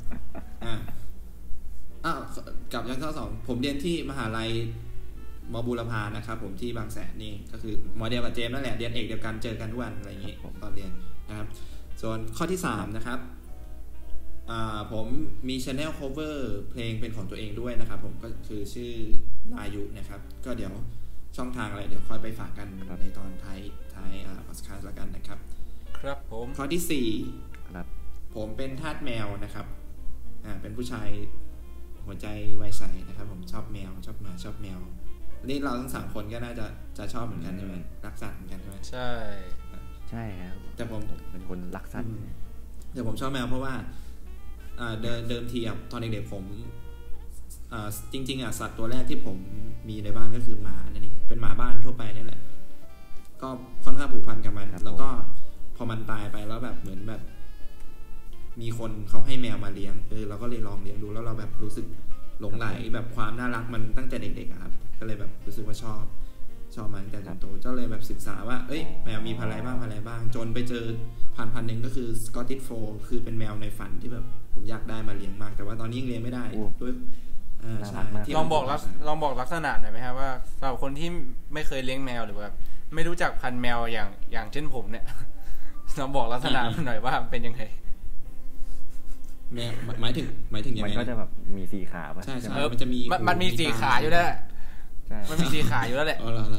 กับข้อ2ผมเรียนที่มหาลัยม.บูรพานะครับผมที่บางแสนนี่ก็คือม.เดียวกับเจมนั่นแหละเรียนเอกเดียวกันเจอกันทุกวันอะไรอย่างงี้ตอนเรียนนะครับส่วนข้อที่3นะครับผมมี channel cover เพลงเป็นของตัวเองด้วยนะครับผมก็คือชื่อนายุนะครับก็เดี๋ยวช่องทางอะไรเดี๋ยวค่อยไปฝากกันในตอนท้ายพอดแคสต์แล้วกันนะครับครับผมข้อที่4ครับผมเป็นทาสแมวนะครับเป็นผู้ชายหัวใจไวใสนะครับผมชอบแมวชอบหมาชอบแมวนี่เราทั้ง3คนก็น่าจะชอบเหมือนกันใช่ไหมรักสัตว์เหมือนกันใช่ไหมใช่ครับแต่ผมเป็นคนรักสัตว์แต่ผมชอบแมวเพราะว่าเดิมทีตอนเด็กๆผมจริงๆสัตว์ตัวแรกที่ผมมีในบ้านก็คือหมานั่นเองเป็นหมาบ้านทั่วไปนี่แหละก็ค่อนข้างผูกพันกับมันแล้วก็พอมันตายไปแล้วแบบเหมือนแบบมีคนเขาให้แมวมาเลี้ยงเราก็เลยลองเลี้ยงดูแล้วเราแบบรู้สึกหลงไหลแบบความน่ารักมันตั้งแต่เด็กๆครับก็เลยแบบรู้สึกว่าชอบมันตั้งแต่โตก็เลยแบบศึกษาว่าแมวมีพันธุ์อะไรบ้างจนไปเจอพันธุ์นึงก็คือสกอตติชโฟลด์คือเป็นแมวในฝันที่แบบผมอยากได้มาเลี้ยงมากแต่ว่าตอนนี้ยังเลี้ยงไม่ได้ด้วยใช่ลองบอกลักษณะหน่อยไหมครับว่าสำหรับคนที่ไม่เคยเลี้ยงแมวหรือว่าไม่รู้จักพันธุ์แมวอย่างเช่นผมเนี่ยลองบอกลักษณะหน่อยว่าเป็นยังไงแมวหมายถึงยังไงมันก็จะแบบมี4ขาป่ะใช่มันจะมีมันมี4ขาอยู่แล้วมันมี4ขาอยู่แล้วแหละ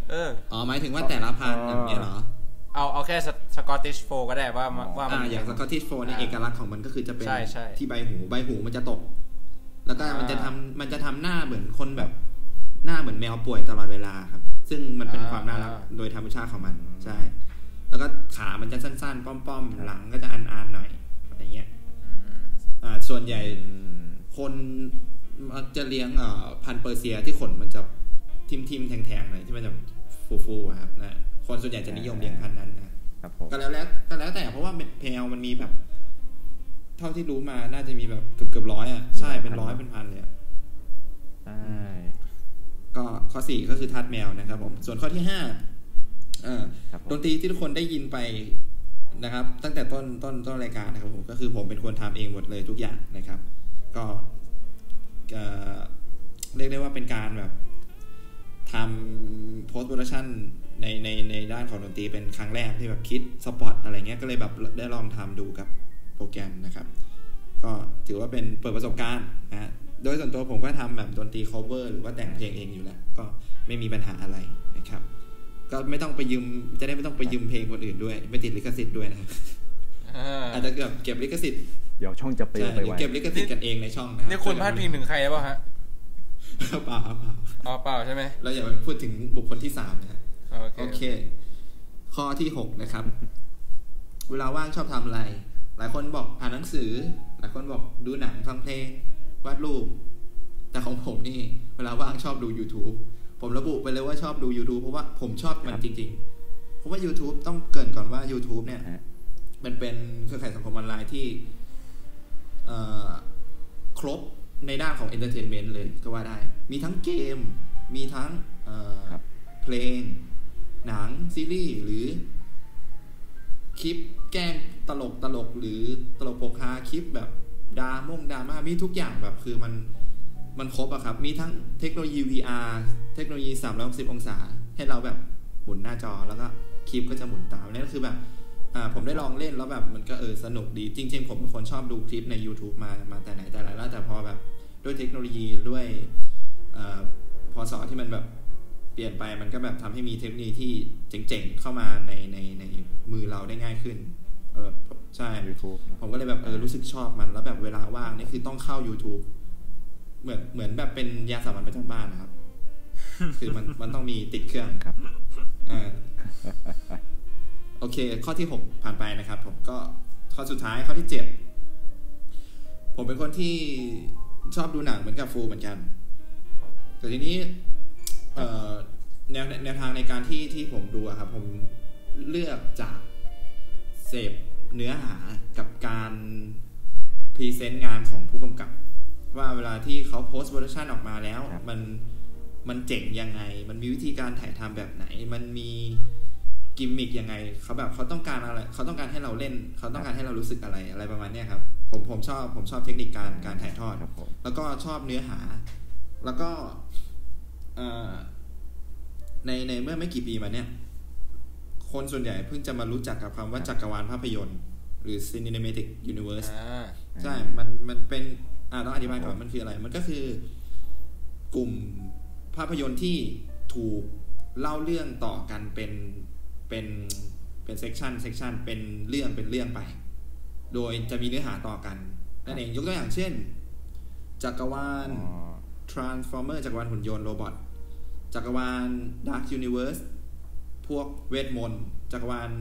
หมายถึงว่าแต่ละพันอย่างเงี้ยเหรอเอาแค่สกอตติชโฟก็ได้ว่ามันอย่างสกอตติชโฟเนี่ยเอกลักษณ์ของมันก็คือจะเป็นที่ใบหูมันจะตกแล้วก็มันจะทำหน้าเหมือนคนแบบหน้าเหมือนแมวป่วยตลอดเวลาครับซึ่งมันเป็นความน่ารักโดยธรรมชาติของมันใช่แล้วก็ขามันจะสั้นๆป้อมๆหลังก็จะอันๆหน่อยอะไรเงี้ยส่วนใหญ่คนจะเลี้ยงพันธุ์เปอร์เซียที่ขนมันจะทิ่มๆแทงๆหน่อยที่มันจะฟูๆครับนะคนส่วนใหญ่จะนิยมเลี้ยงพันธุ์นั้นนะครับก็แล้วแต่เพราะว่าแมวมันมีแบบเท่าที่รู้มาน่าจะมีแบบเกือบ100ใช่เป็น100เป็นพันเลยใช่ก็ข้อ4ก็คือทาสแมวนะครับผมส่วนข้อที่5ดนตรีที่ทุกคนได้ยินไปนะครับตั้งแต่ต้นรายการนะครับผมก็คือผมเป็นคนทำเองหมดเลยทุกอย่างนะครับก็เรียกได้ว่าเป็นการแบบทำ post production ในด้านของดนตรีเป็นครั้งแรกที่แบบคิดสปอตอะไรเงี้ยก็เลยแบบได้ลองทำดูกับโปรแกรมนะครับก็ถือว่าเป็นเปิดประสบการณ์นะโดยส่วนตัวผมก็ทำแบบดนตรี cover หรือว่าแต่งเพลงเองอยู่แล้วก็ไม่มีปัญหาอะไรนะครับก็ไม่ต้องไปยืมจะได้ไม่ต้องไปยืมเพลงคนอื่นด้วยไม่ติดลิขสิทธิ์ด้วยนะครับอาจจะเก็บลิขสิทธิ์เดี๋ยวช่องจะไปไว้เก็บลิขสิทธิ์กันเองในช่องนะนี่คุณพาดพิงถึงใครหรือเปล่าฮะเปล่าเปล่าใช่ไหมเราอย่าไปพูดถึงบุคคลที่3นะฮะโอเคข้อที่6นะครับเวลาว่างชอบทำอะไรหลายคนบอกอ่านหนังสือหลายคนบอกดูหนังฟังเพลงวาดรูปแต่ของผมนี่เวลาว่างชอบดู YouTube ผมระบุไปเลยว่าชอบดู YouTube เพราะว่าผมชอบมันจริงๆเพราะว่า YouTube ต้องเกริ่นก่อนว่า YouTube เนี่ยมันเป็นเครือข่ายสังคมออนไลน์ที่ครบในด้านของ Entertainment เลยก็ว่าได้มีทั้งเกมมีทั้งเพลงหนังซีรีส์หรือคลิปแกล้งตลกหรือตลกโปกฮาคลิปแบบดราม่ามีทุกอย่างแบบคือมันครบอะครับมีทั้งเทคโนโลยี VR เทคโนโลยี360องศาให้เราแบบหมุนหน้าจอแล้วก็คลิปก็จะหมุนตามนั่นก็คือแบบผมได้ลองเล่นแล้วแบบมันก็สนุกดีจริงๆผมเป็นคนชอบดูคลิปใน YouTube มาแต่ไหนแต่ไรแล้วแต่พอแบบด้วยเทคโนโลยีด้วยพศที่มันแบบเปลี่ยนไปมันก็แบบทำให้มีเทคโนโลยีที่เจ๋งๆเข้ามาในมือเราได้ง่ายขึ้นใช่ YouTube ผมก็เลยแบบรู้สึกชอบมันแล้วแบบเวลาว่างนี่คือต้องเข้า YouTube เหมือนแบบเป็นยาสามัญประจำบ้านนะครับ คือมันต้องมีติดเครื่องครับโอเคข้อที่6ผ่านไปนะครับผมก็ข้อสุดท้ายข้อที่7ผมเป็นคนที่ชอบดูหนังเหมือนกับฟูเหมือนกันแต่ทีนี้แนวทางในการที่ผมดูอะครับผมเลือกจากเสพเนื้อหากับการพรีเซนต์งานของผู้กำกับว่าเวลาที่เขาโพสต์โปรดักชันออกมาแล้วมันเจ๋งยังไงมันมีวิธีการถ่ายทำแบบไหนมันมีกิมมิกยังไงเขาต้องการอะไรเขาต้องการให้เราเล่นเขาต้องการให้เรารู้สึกอะไรประมาณนี้ครับผมชอบเทคนิคการถ่ายทอดแล้วก็ชอบเนื้อหาแล้วก็ในเมื่อไม่กี่ปีมาเนี่ยคนส่วนใหญ่เพิ่งจะมารู้จักกับคำว่าจักรวาลภาพยนตร์หรือ Cinematic Universe ใช่มันเป็นต้องอธิบายก่อนมันคืออะไรมันก็คือกลุ่มภาพยนตร์ที่ถูกเล่าเรื่องต่อกันเป็นเซกชันเป็นเรื่องไปโดยจะมีเนื้อหาต่อกันนั่นเองยกตัวอย่างเช่นจักรวาล Transformer จักรวาลหุ่นยนต์โรบอทจักรวาล Dark Universe พวกเวทมนต์จักรวาล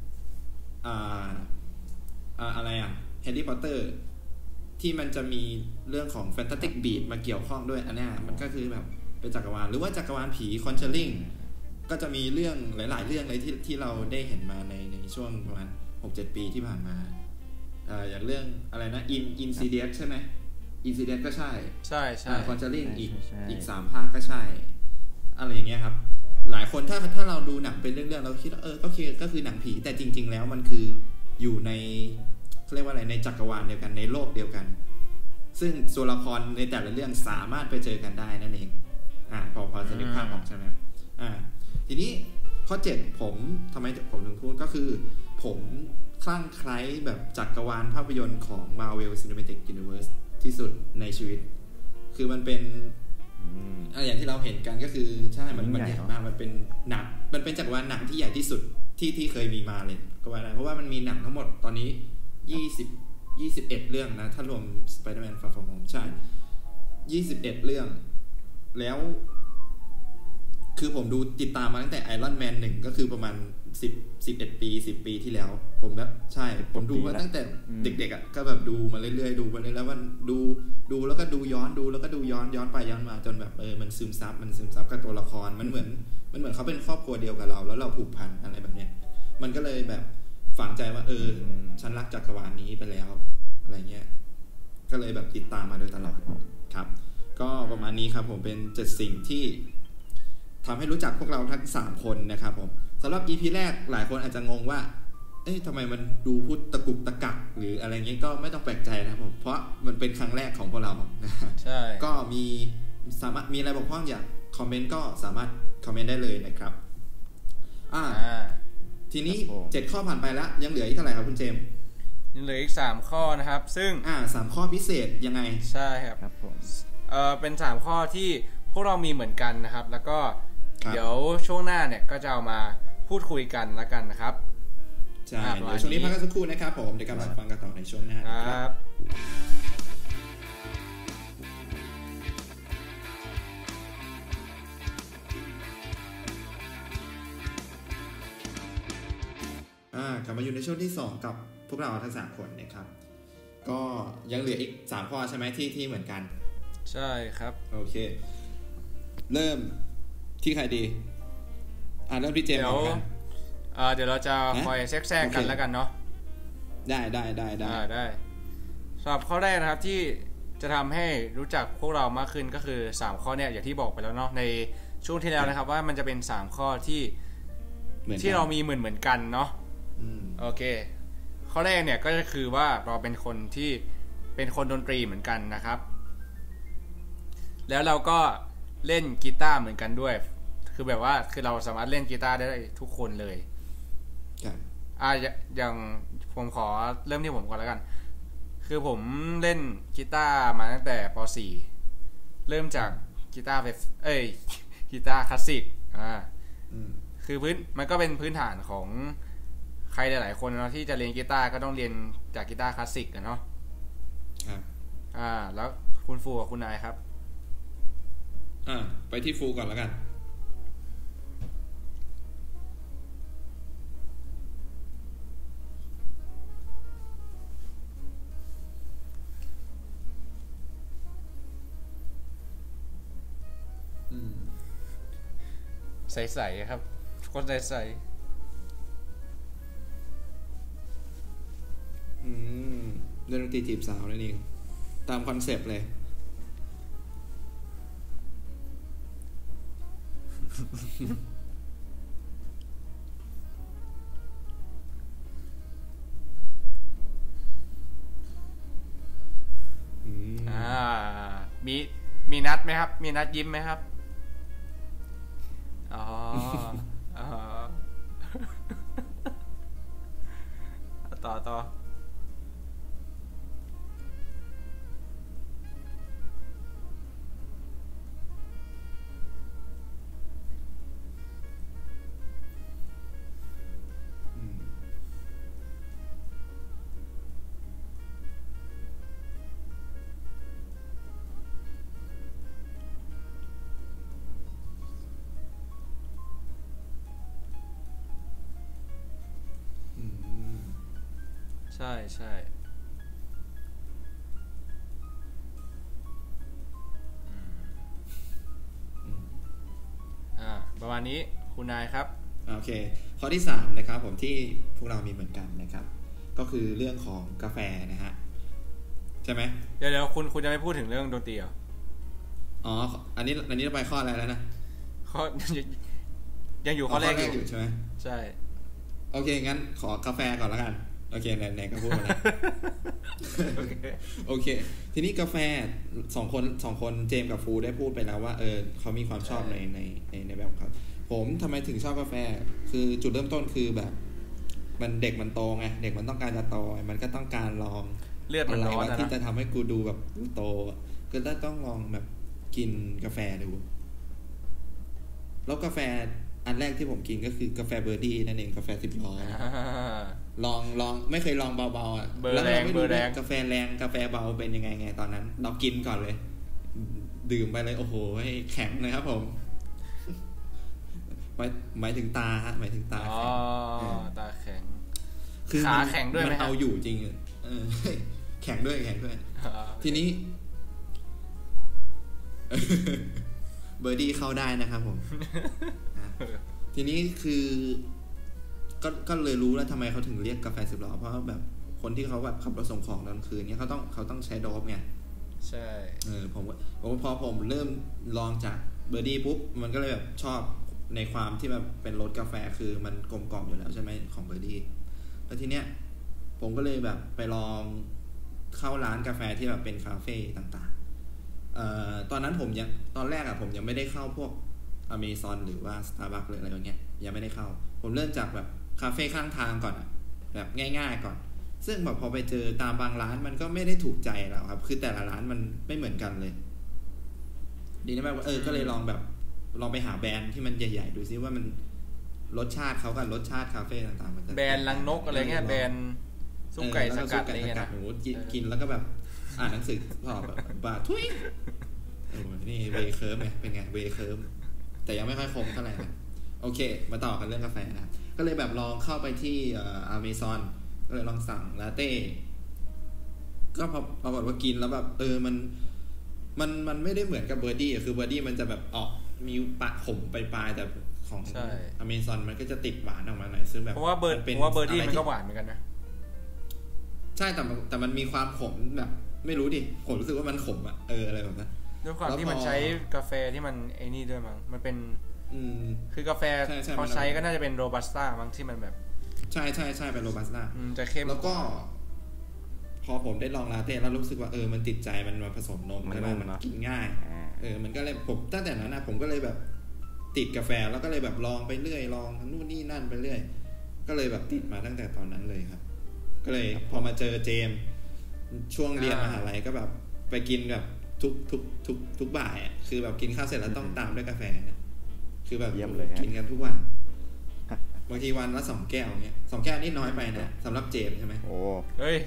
อะไรHarry Potter ที่มันจะมีเรื่องของ Fantastic Beasts มาเกี่ยวข้องด้วยอันนี้มันก็คือแบบเป็นจักรวาลหรือว่าจักรวาลผี Conjuring ก็จะมีเรื่องหลายๆเรื่องเลยที่เราได้เห็นมาในช่วงประมาณ 6-7 ปีที่ผ่านมาอย่างเรื่องอะไรนะ Insidious ใช่ไหม Insidious ก็ใช่Conjuring อีก3ภาคก็ใช่อะไรอย่างเงี้ยครับหลายคนถ้าเราดูหนังเป็นเรื่องๆเราคิดว่าก็คือหนังผีแต่จริงๆแล้วมันคืออยู่ในเรียกว่าอะไรในจักรวาลเดียวกันในโลกเดียวกันซึ่งตัวละครในแต่ละเรื่องสามารถไปเจอกันได้นั่นเองพอจะนึกภาพออกใช่ไหมทีนี้ข้อ7ทำไมผมถึงพูดก็คือผมคลั่งไคล้แบบจักรวาลภาพยนตร์ของ Marvel Cinematic Universe ที่สุดในชีวิตคือมันเป็นอย่างที่เราเห็นกันก็คือใช่มันใหญ่มากมันเป็นหนังมันเป็นจักรวาลหนังที่ใหญ่ที่สุดที่เคยมีมาเลยก็ว่าได้เพราะว่ามันมีหนังทั้งหมดตอนนี้21เรื่องนะถ้ารวม Spider-Man Far From Home ใช่21เรื่องแล้วคือผมดูติดตามมาตั้งแต่ Iron Man 1ก็คือประมาณ11 ปี 10 ปีที่แล้วผมแบบใช่ผมดูมาตั้งแต่เด็กๆอ่ะก็แบบดูมาเรื่อยๆดูไปเรื่อยๆแล้วมันดูแล้วก็ดูย้อนดูแล้วก็ดูย้อนไปย้อนมาจนแบบมันซึมซับกับตัวละครมันเหมือนเขาเป็นครอบครัวเดียวกับเราแล้วเราผูกพันอะไรแบบเนี้ยมันก็เลยแบบฝังใจว่าฉันรักจักรวาลนี้ไปแล้วอะไรเงี้ยก็เลยแบบติดตามมาโดยตลอดครับก็ประมาณนี้ครับผมเป็น7สิ่งที่ทำให้รู้จักพวกเราทั้ง3คนนะครับผมสำหรับ EP แรกหลายคนอาจจะงงว่าทำไมมันดูพูดตะกุกตะกักหรืออะไรเงี้ยก็ไม่ต้องแปลกใจนะครับผมเพราะมันเป็นครั้งแรกของพวกเรานะใช่ก็สามารถมีอะไรบกพร่องอยากคอมเมนต์ก็สามารถคอมเมนต์ได้เลยนะครับทีนี้7ข้อผ่านไปแล้วยังเหลืออีกเท่าไหร่ครับคุณเจมส์ยังเหลืออีก3ข้อนะครับซึ่ง 3ข้อพิเศษยังไงใช่ครับผมเป็น3ข้อที่พวกเรามีเหมือนกันนะครับแล้วก็เดี๋ยวช่วงหน้าเนี่ยก็จะเอามาพูดคุยกันแล้วกันนะครับใช่เดี๋ยวช่วงนี้พักกันสักครู่นะครับผมเดี๋ยวกลับมาฟังกันต่อในช่วงหน้าครับกลับมาอยู่ในช่วงที่2กับพวกเราทั้ง3คนนะครับก็ยังเหลืออีก3ข้อใช่ไหมที่เหมือนกันใช่ครับโอเคเริ่มที่ใครดีเริ่มที่เจมส์ก่อนเดี๋ยวเราจะคอยแทรกกันแล้วกันเนาะได้สำหรับข้อแรกนะครับที่จะทำให้รู้จักพวกเรามากขึ้นก็คือ3ข้อเนี่ยอย่างที่บอกไปแล้วเนาะในช่วงที่แล้วนะครับว่ามันจะเป็น3ข้อที่เรามีเหมือนกันเนาะโอเคข้อแรกเนี่ยก็คือว่าเราเป็นคนที่เป็นคนดนตรีเหมือนกันนะครับแล้วเราก็เล่นกีตาร์เหมือนกันด้วยคือแบบว่าคือเราสามารถเล่นกีตาร์ได้ทุกคนเลยอย่างผมขอเริ่มที่ผมก่อนแล้วกันคือผมเล่นกีตาร์มาตั้งแต่ป .4 เริ่มจากกีตาร์กีตาร์คลาสสิกคือมันก็เป็นพื้นฐานของใครหลายๆคนเนาะที่จะเรียนกีตาร์ก็ต้องเรียนจากกีตาร์คลาสสิกกันเนาะแล้วคุณฟูกับคุณนายครับไปที่ฟูก่อนแล้วกันใสๆครับคนใสๆเรื่องดนตรีจีบสาวนั่นเองตามคอนเซปต์เลยมีนัดไหมครับมีนัดยิ้มไหมครับต่อใช่ประมาณนี้คุณนายครับโอเคข้อที่3นะครับผมที่พวกเรามีเหมือนกันนะครับก็คือเรื่องของกาแฟนะฮะใช่ไหมเดี๋ยวคุณจะไม่พูดถึงเรื่องดนตรีเหรออันนี้เราไปข้ออะไรแล้วนะข้อยังอยู่ข้อแรกอยู่ใช่ไหมใช่โอเคงั้นขอกาแฟก่อนแล้วกันโอเคไหนก็พูดมาแล้วโอเคทีนี้กาแฟสองคนเจมส์กับฟูได้พูดไปแล้วว่าเขามีความชอบในแบบเขาผมทำไมถึงชอบกาแฟคือจุดเริ่มต้นคือแบบมันเด็กมันโตไงเด็กมันต้องการจะโตมันก็ต้องการลองเลือดมันร้อนที่จะทำให้กูดูแบบโตก็ต้องลองแบบกินกาแฟดูแล้วกาแฟอันแรกที่ผมกินก็คือกาแฟเบอร์ดี้นั่นเองกาแฟ10 ล้อลองไม่เคยลองเบาๆอ่ะแล้วเราไม่รู้กาแฟแรงกาแฟเบาเป็นยังไงตอนนั้นเรากินก่อนเลยดื่มไปเลยโอ้โหแข็งเลยครับผมหมายถึงตาฮะหมายถึงตาแข็งตาแข็งคือขาแข็งด้วยมันเอาอยู่จริงแข็งด้วยทีนี้เบอร์ดี้เข้าได้นะครับผมทีนี้คือก็เลยรู้แล้วทำไมเขาถึงเรียกกาแฟ10 ล้อเพราะแบบคนที่เขาแบบขับรถส่งของตอนคืนเนี่ยเขาต้องใช้โดปไงใช่ผมพอผมเริ่มลองจากเบอร์ดี้ปุ๊บมันก็เลยแบบชอบในความที่แบบเป็นรสกาแฟคือมันกลมกล่อมอยู่แล้วใช่ไหมของเบอร์ดี้แล้วทีเนี้ยผมก็เลยแบบไปลองเข้าร้านกาแฟที่แบบเป็นคาเฟ่ต่างๆตอนนั้นตอนแรกผมยังไม่ได้เข้าพวก Amazon หรือว่า Starbucks หรืออะไรอย่างเงี้ยยังไม่ได้เข้าผมเริ่มจากแบบคาเฟ่ข้างทางก่อนแบบง่ายๆก่อนซึ่งแบบพอไปเจอตามบางร้านมันก็ไม่ได้ถูกใจเราครับคือแต่ละร้านมันไม่เหมือนกันเลยดีนะว่าก็เลยลองไปหาแบรนด์ที่มันใหญ่ๆดูซิว่ามันรสชาติเขากับรสชาาติคาเฟ่ต่างๆมันจะแบรนด์ลังนกอะไรเงี้ยแบรนด์ซุปไก่สกัดอะไรเงี้ยนะกินแล้วก็แบบอ่านหนังสือพอแบบบาทุยนี่เวเคิร์มไงเป็นไงเวเคิร์มแต่ยังไม่ค่อยคมเท่าไหร่นะโอเคมาต่อกันเรื่องกาแฟนะก็เลยแบบลองเข้าไปที่Amazon ก็เลยลองสั่งลาเต้ก็พอปรากฏว่ากินแล้วแบบมันไม่ได้เหมือนกับเบอร์ดี้คือเบอร์ดี้มันจะแบบออกมีปะขมปลายแต่ของ Amazon มันก็จะติดหวานออกมาหน่อยซึ่งแบบเพราะว่าเบอร์ดี้มันก็หวานเหมือนกันนะใช่แต่มันมีความขมแบบไม่รู้ดิผมรู้สึกว่ามันขมอะไรแบบนั้นด้วยความที่มันใช้กาแฟที่มันไอ้นี่ด้วยมั้งมันเป็นคือกาแฟเขาใช้ก็น่าจะเป็นโรบัสต้ามั้งที่มันแบบใช่เป็นโรบัสต้าจะเข้มแล้วก็พอผมได้ลองลาเต้แล้วรู้สึกว่ามันติดใจมันมาผสมนมใช่ไหมมันกินง่ายมันก็เลยผมตั้งแต่นั้นนะผมก็เลยแบบติดกาแฟแล้วก็เลยแบบลองไปเรื่อยลองนู่นนี่นั่นไปเรื่อยก็เลยแบบติดมาตั้งแต่ตอนนั้นเลยครับก็เลยพอมาเจอเจมช่วงเรียนมหาลัยก็แบบไปกินแบบทุกบ่ายคือแบบกินข้าวเสร็จแล้วต้องตามด้วยกาแฟคือแบบกินกันทุกวันบางทีวันละ2 แก้วเงี้ย2 แก้วนี่น้อยไปนะสำหรับเจมใช่ไหมโอ้เฮ้ย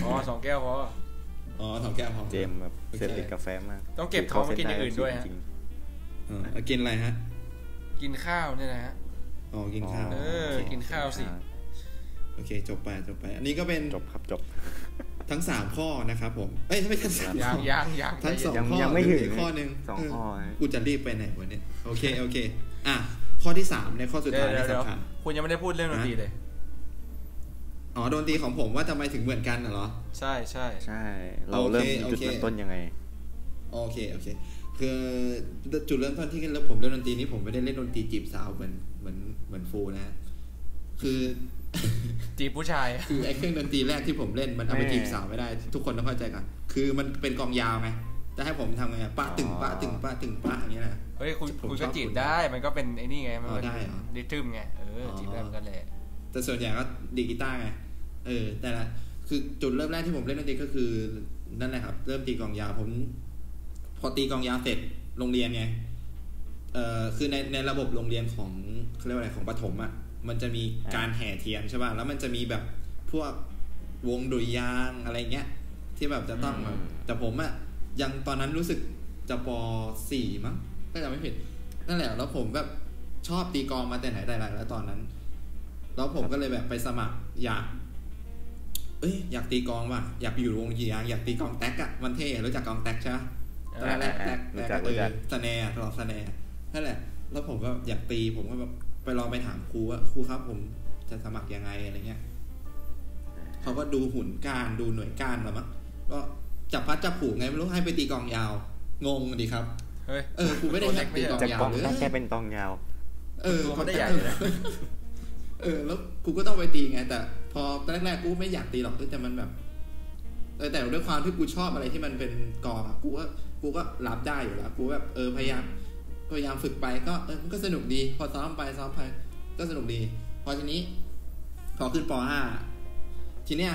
2 แก้วพอ2 แก้วพอเจมแบบเสพติดกาแฟมากต้องเก็บท้องมากินอย่างอื่นด้วยฮะกินอะไรฮะกินข้าวเนี่ยนะฮะกินข้าวกินข้าวสิโอเคจบไปอันนี้ก็เป็นจบครับจบทั้ง3 ข้อนะครับผมไม่ทั้ง3ข้อยังทั้ง2 ข้อยังไม่ถึงข้อนึง 2 ข้อกูจะรีบไปไหนวะเนี่ยโอเคข้อที่3ในข้อสุดท้ายสำคัญคุณยังไม่ได้พูดเรื่องดนตรีเลยดนตรีของผมว่าทำไมถึงเหมือนกันเหรอใช่เราเริ่มจุดเริ่มต้นยังไงโอเคคือจุดเริ่มต้นที่ผมเล่นดนตรีนี้ผมไม่ได้เล่นดนตรีจีบสาวเหมือนฟูนะคือจีบผู้ชายคือไอ้เครื่องดนตรีแรกที่ผมเล่นมันเอาไปจีบสาวไม่ได้ทุกคนต้องเข้าใจกันคือมันเป็นกลองยาวไงจะให้ผมทำไงปะตึงปะตึงปะตึงปะอย่างเงี้ยนะเฮ้ยคุณก็จีบได้มันก็เป็นไอ้นี่ไงมันได้ดิทึมไงจีบได้เหมือนกันแหละแต่ส่วนใหญ่ก็ดีกีตาร์ไงแต่ละคือจุดเริ่มแรกที่ผมเล่นดนตรีก็คือนั่นแหละครับเริ่มตีกลองยาวผมพอตีกลองยาวเสร็จโรงเรียนไงคือในระบบโรงเรียนของเขาเรียกว่าอะไรของประถมอ่ะมันจะมีการแห่เทียนใช่ป่ะแล้วมันจะมีแบบพวกวงดุริยางค์อะไรเงี้ยที่แบบจะต้องแบบแต่ผมอ่ะยังตอนนั้นรู้สึกจะป.4 มั้งถ้าจำไม่ผิดนั่นแหละแล้วผมแบบชอบตีกลองมาแต่ไหนแต่ไรแล้วตอนนั้นแล้วผมก็เลยแบบไปสมัครอยากตีกลองว่ะอยากไปอยู่วงดุริยางค์อยากตีกลองแท็กอ่ะมันเท่รู้จักกลองแท็กใช่ป่ะตอนแรกแท็กสแนร์ตลอดสแนร์นั่นแหละแล้วผมก็อยากตีผมก็แบบไปลองไปถามครูว่าครูครับผมจะสมัครยังไงอะไรเงี้ยเขาก็ดูหุ่นก้านดูหน่วยก้านแล้วมั้งก็จับพัดจับผูกไงไม่รู้ให้ไปตีกลองยาวงงดีครับครูไม่ได้ตีกลองยาวเลยแค่เป็นกลองยาวเขาได้ใหญ่เลยแล้วกูก็ต้องไปตีไงแต่พอแรกๆกูไม่อยากตีหรอกแต่มันแบบแต่ด้วยความที่กูชอบอะไรที่มันเป็นกลองกูก็รับได้อยู่แล้วกูแบบพยายามฝึกไปก็มันก็สนุกดีพอซ้อมไปก็สนุกดีพอทีนี้พอขึ้นป.5 ทีเนี้ย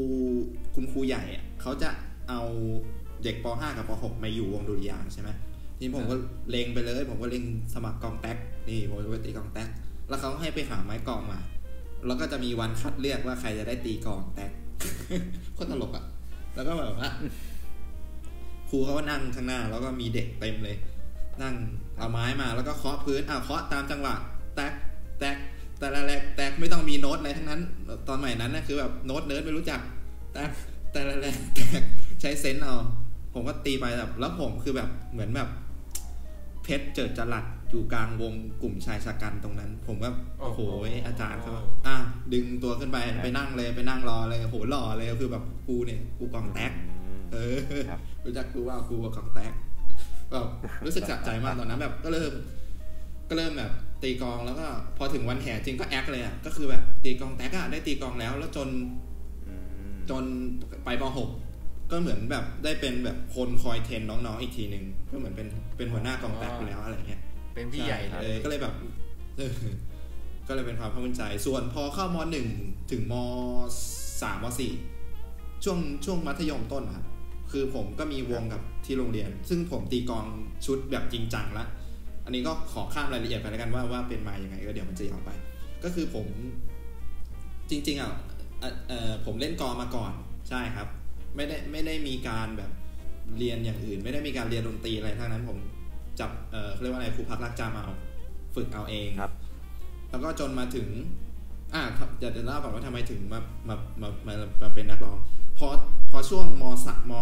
คุณครูใหญ่เขาจะเอาเด็กป.5 กับป.6 มาอยู่วงดุริยางค์ใช่ไหมนี่ผมก็เล็งไปเลยผมก็เล็งสมัครกองแท็กนี่ผมจะไปตีกองแท็กแล้วเขาให้ไปหาไม้กองมาแล้วก็จะมีวันคัดเลือกว่าใครจะได้ตีกองแท็กโคตรตลกอ่ะแล้วก็แบบว่าครูเขาก็นั่งข้างหน้าแล้วก็มีเด็กเต็มเลยนั่งเอาไม้มาแล้วก็เคาะพื้นเคาะตามจังหวะแท็กแท็กแต่ละแรกแท็กไม่ต้องมีโน้ตอะไรทั้งนั้นตอนใหม่นั้นนะคือแบบโน้ตเนิร์ดไม่รู้จักแท็กแต่ละแรกแท็กใช้เซนส์เอาผมก็ตีไปแบบแล้วผมคือแบบเหมือนแบบเพชรเจิดจรัสอยู่กลางวงกลุ่มชายชะกันตรงนั้นผมก็โอ้โหอาจารย์เขาดึงตัวขึ้นไปนั่งเลยไปนั่งรอเลยโหหล่อเลยคือแบบกูเนี่ยกูกองแท็กรู้จักกูว่ากูกองแท็กแบบรู้สึกสะใจมากตอนนั้นแบบก็เริ่มแบบตีกองแล้วก็พอถึงวันแห่จริงก็แอคเลยอ่ะก็คือแบบตีกองแท็กได้ตีกองแล้วจนไปป.6ก็เหมือนแบบได้เป็นแบบคนคอยเทรนน้องๆอีกทีนึงก็เหมือนเป็นหัวหน้ากองแท็กไปแล้วอะไรเงี้ยเป็นพี่ใหญ่เลยก็เลยแบบก็เลยเป็นความภาคภูมิใจส่วนพอเข้าม.1 ถึงม.3 ม.4 ช่วงมัธยมต้นครับคือผมก็มีวงกับที่โรงเรียนซึ่งผมตีกองชุดแบบจริงจังละอันนี้ก็ขอข้ามรายละเอียดไปแล้วกันว่าเป็นมาอย่างไงก็เดี๋ยวมันจะยาวไปก็คือผมจริงๆผมเล่นกองมาก่อนใช่ครับไม่ได้มีการแบบเรียนอย่างอื่นไม่ได้มีการเรียนดนตรีอะไรทั้งนั้นผมจับเขาเรียกว่าอะไรครูพักรักจำเอาฝึกเอาเองครับแล้วก็จนมาถึงอยากจะเล่าก่อนว่าทำไมถึงมาเป็นนักร้องพอช่วงม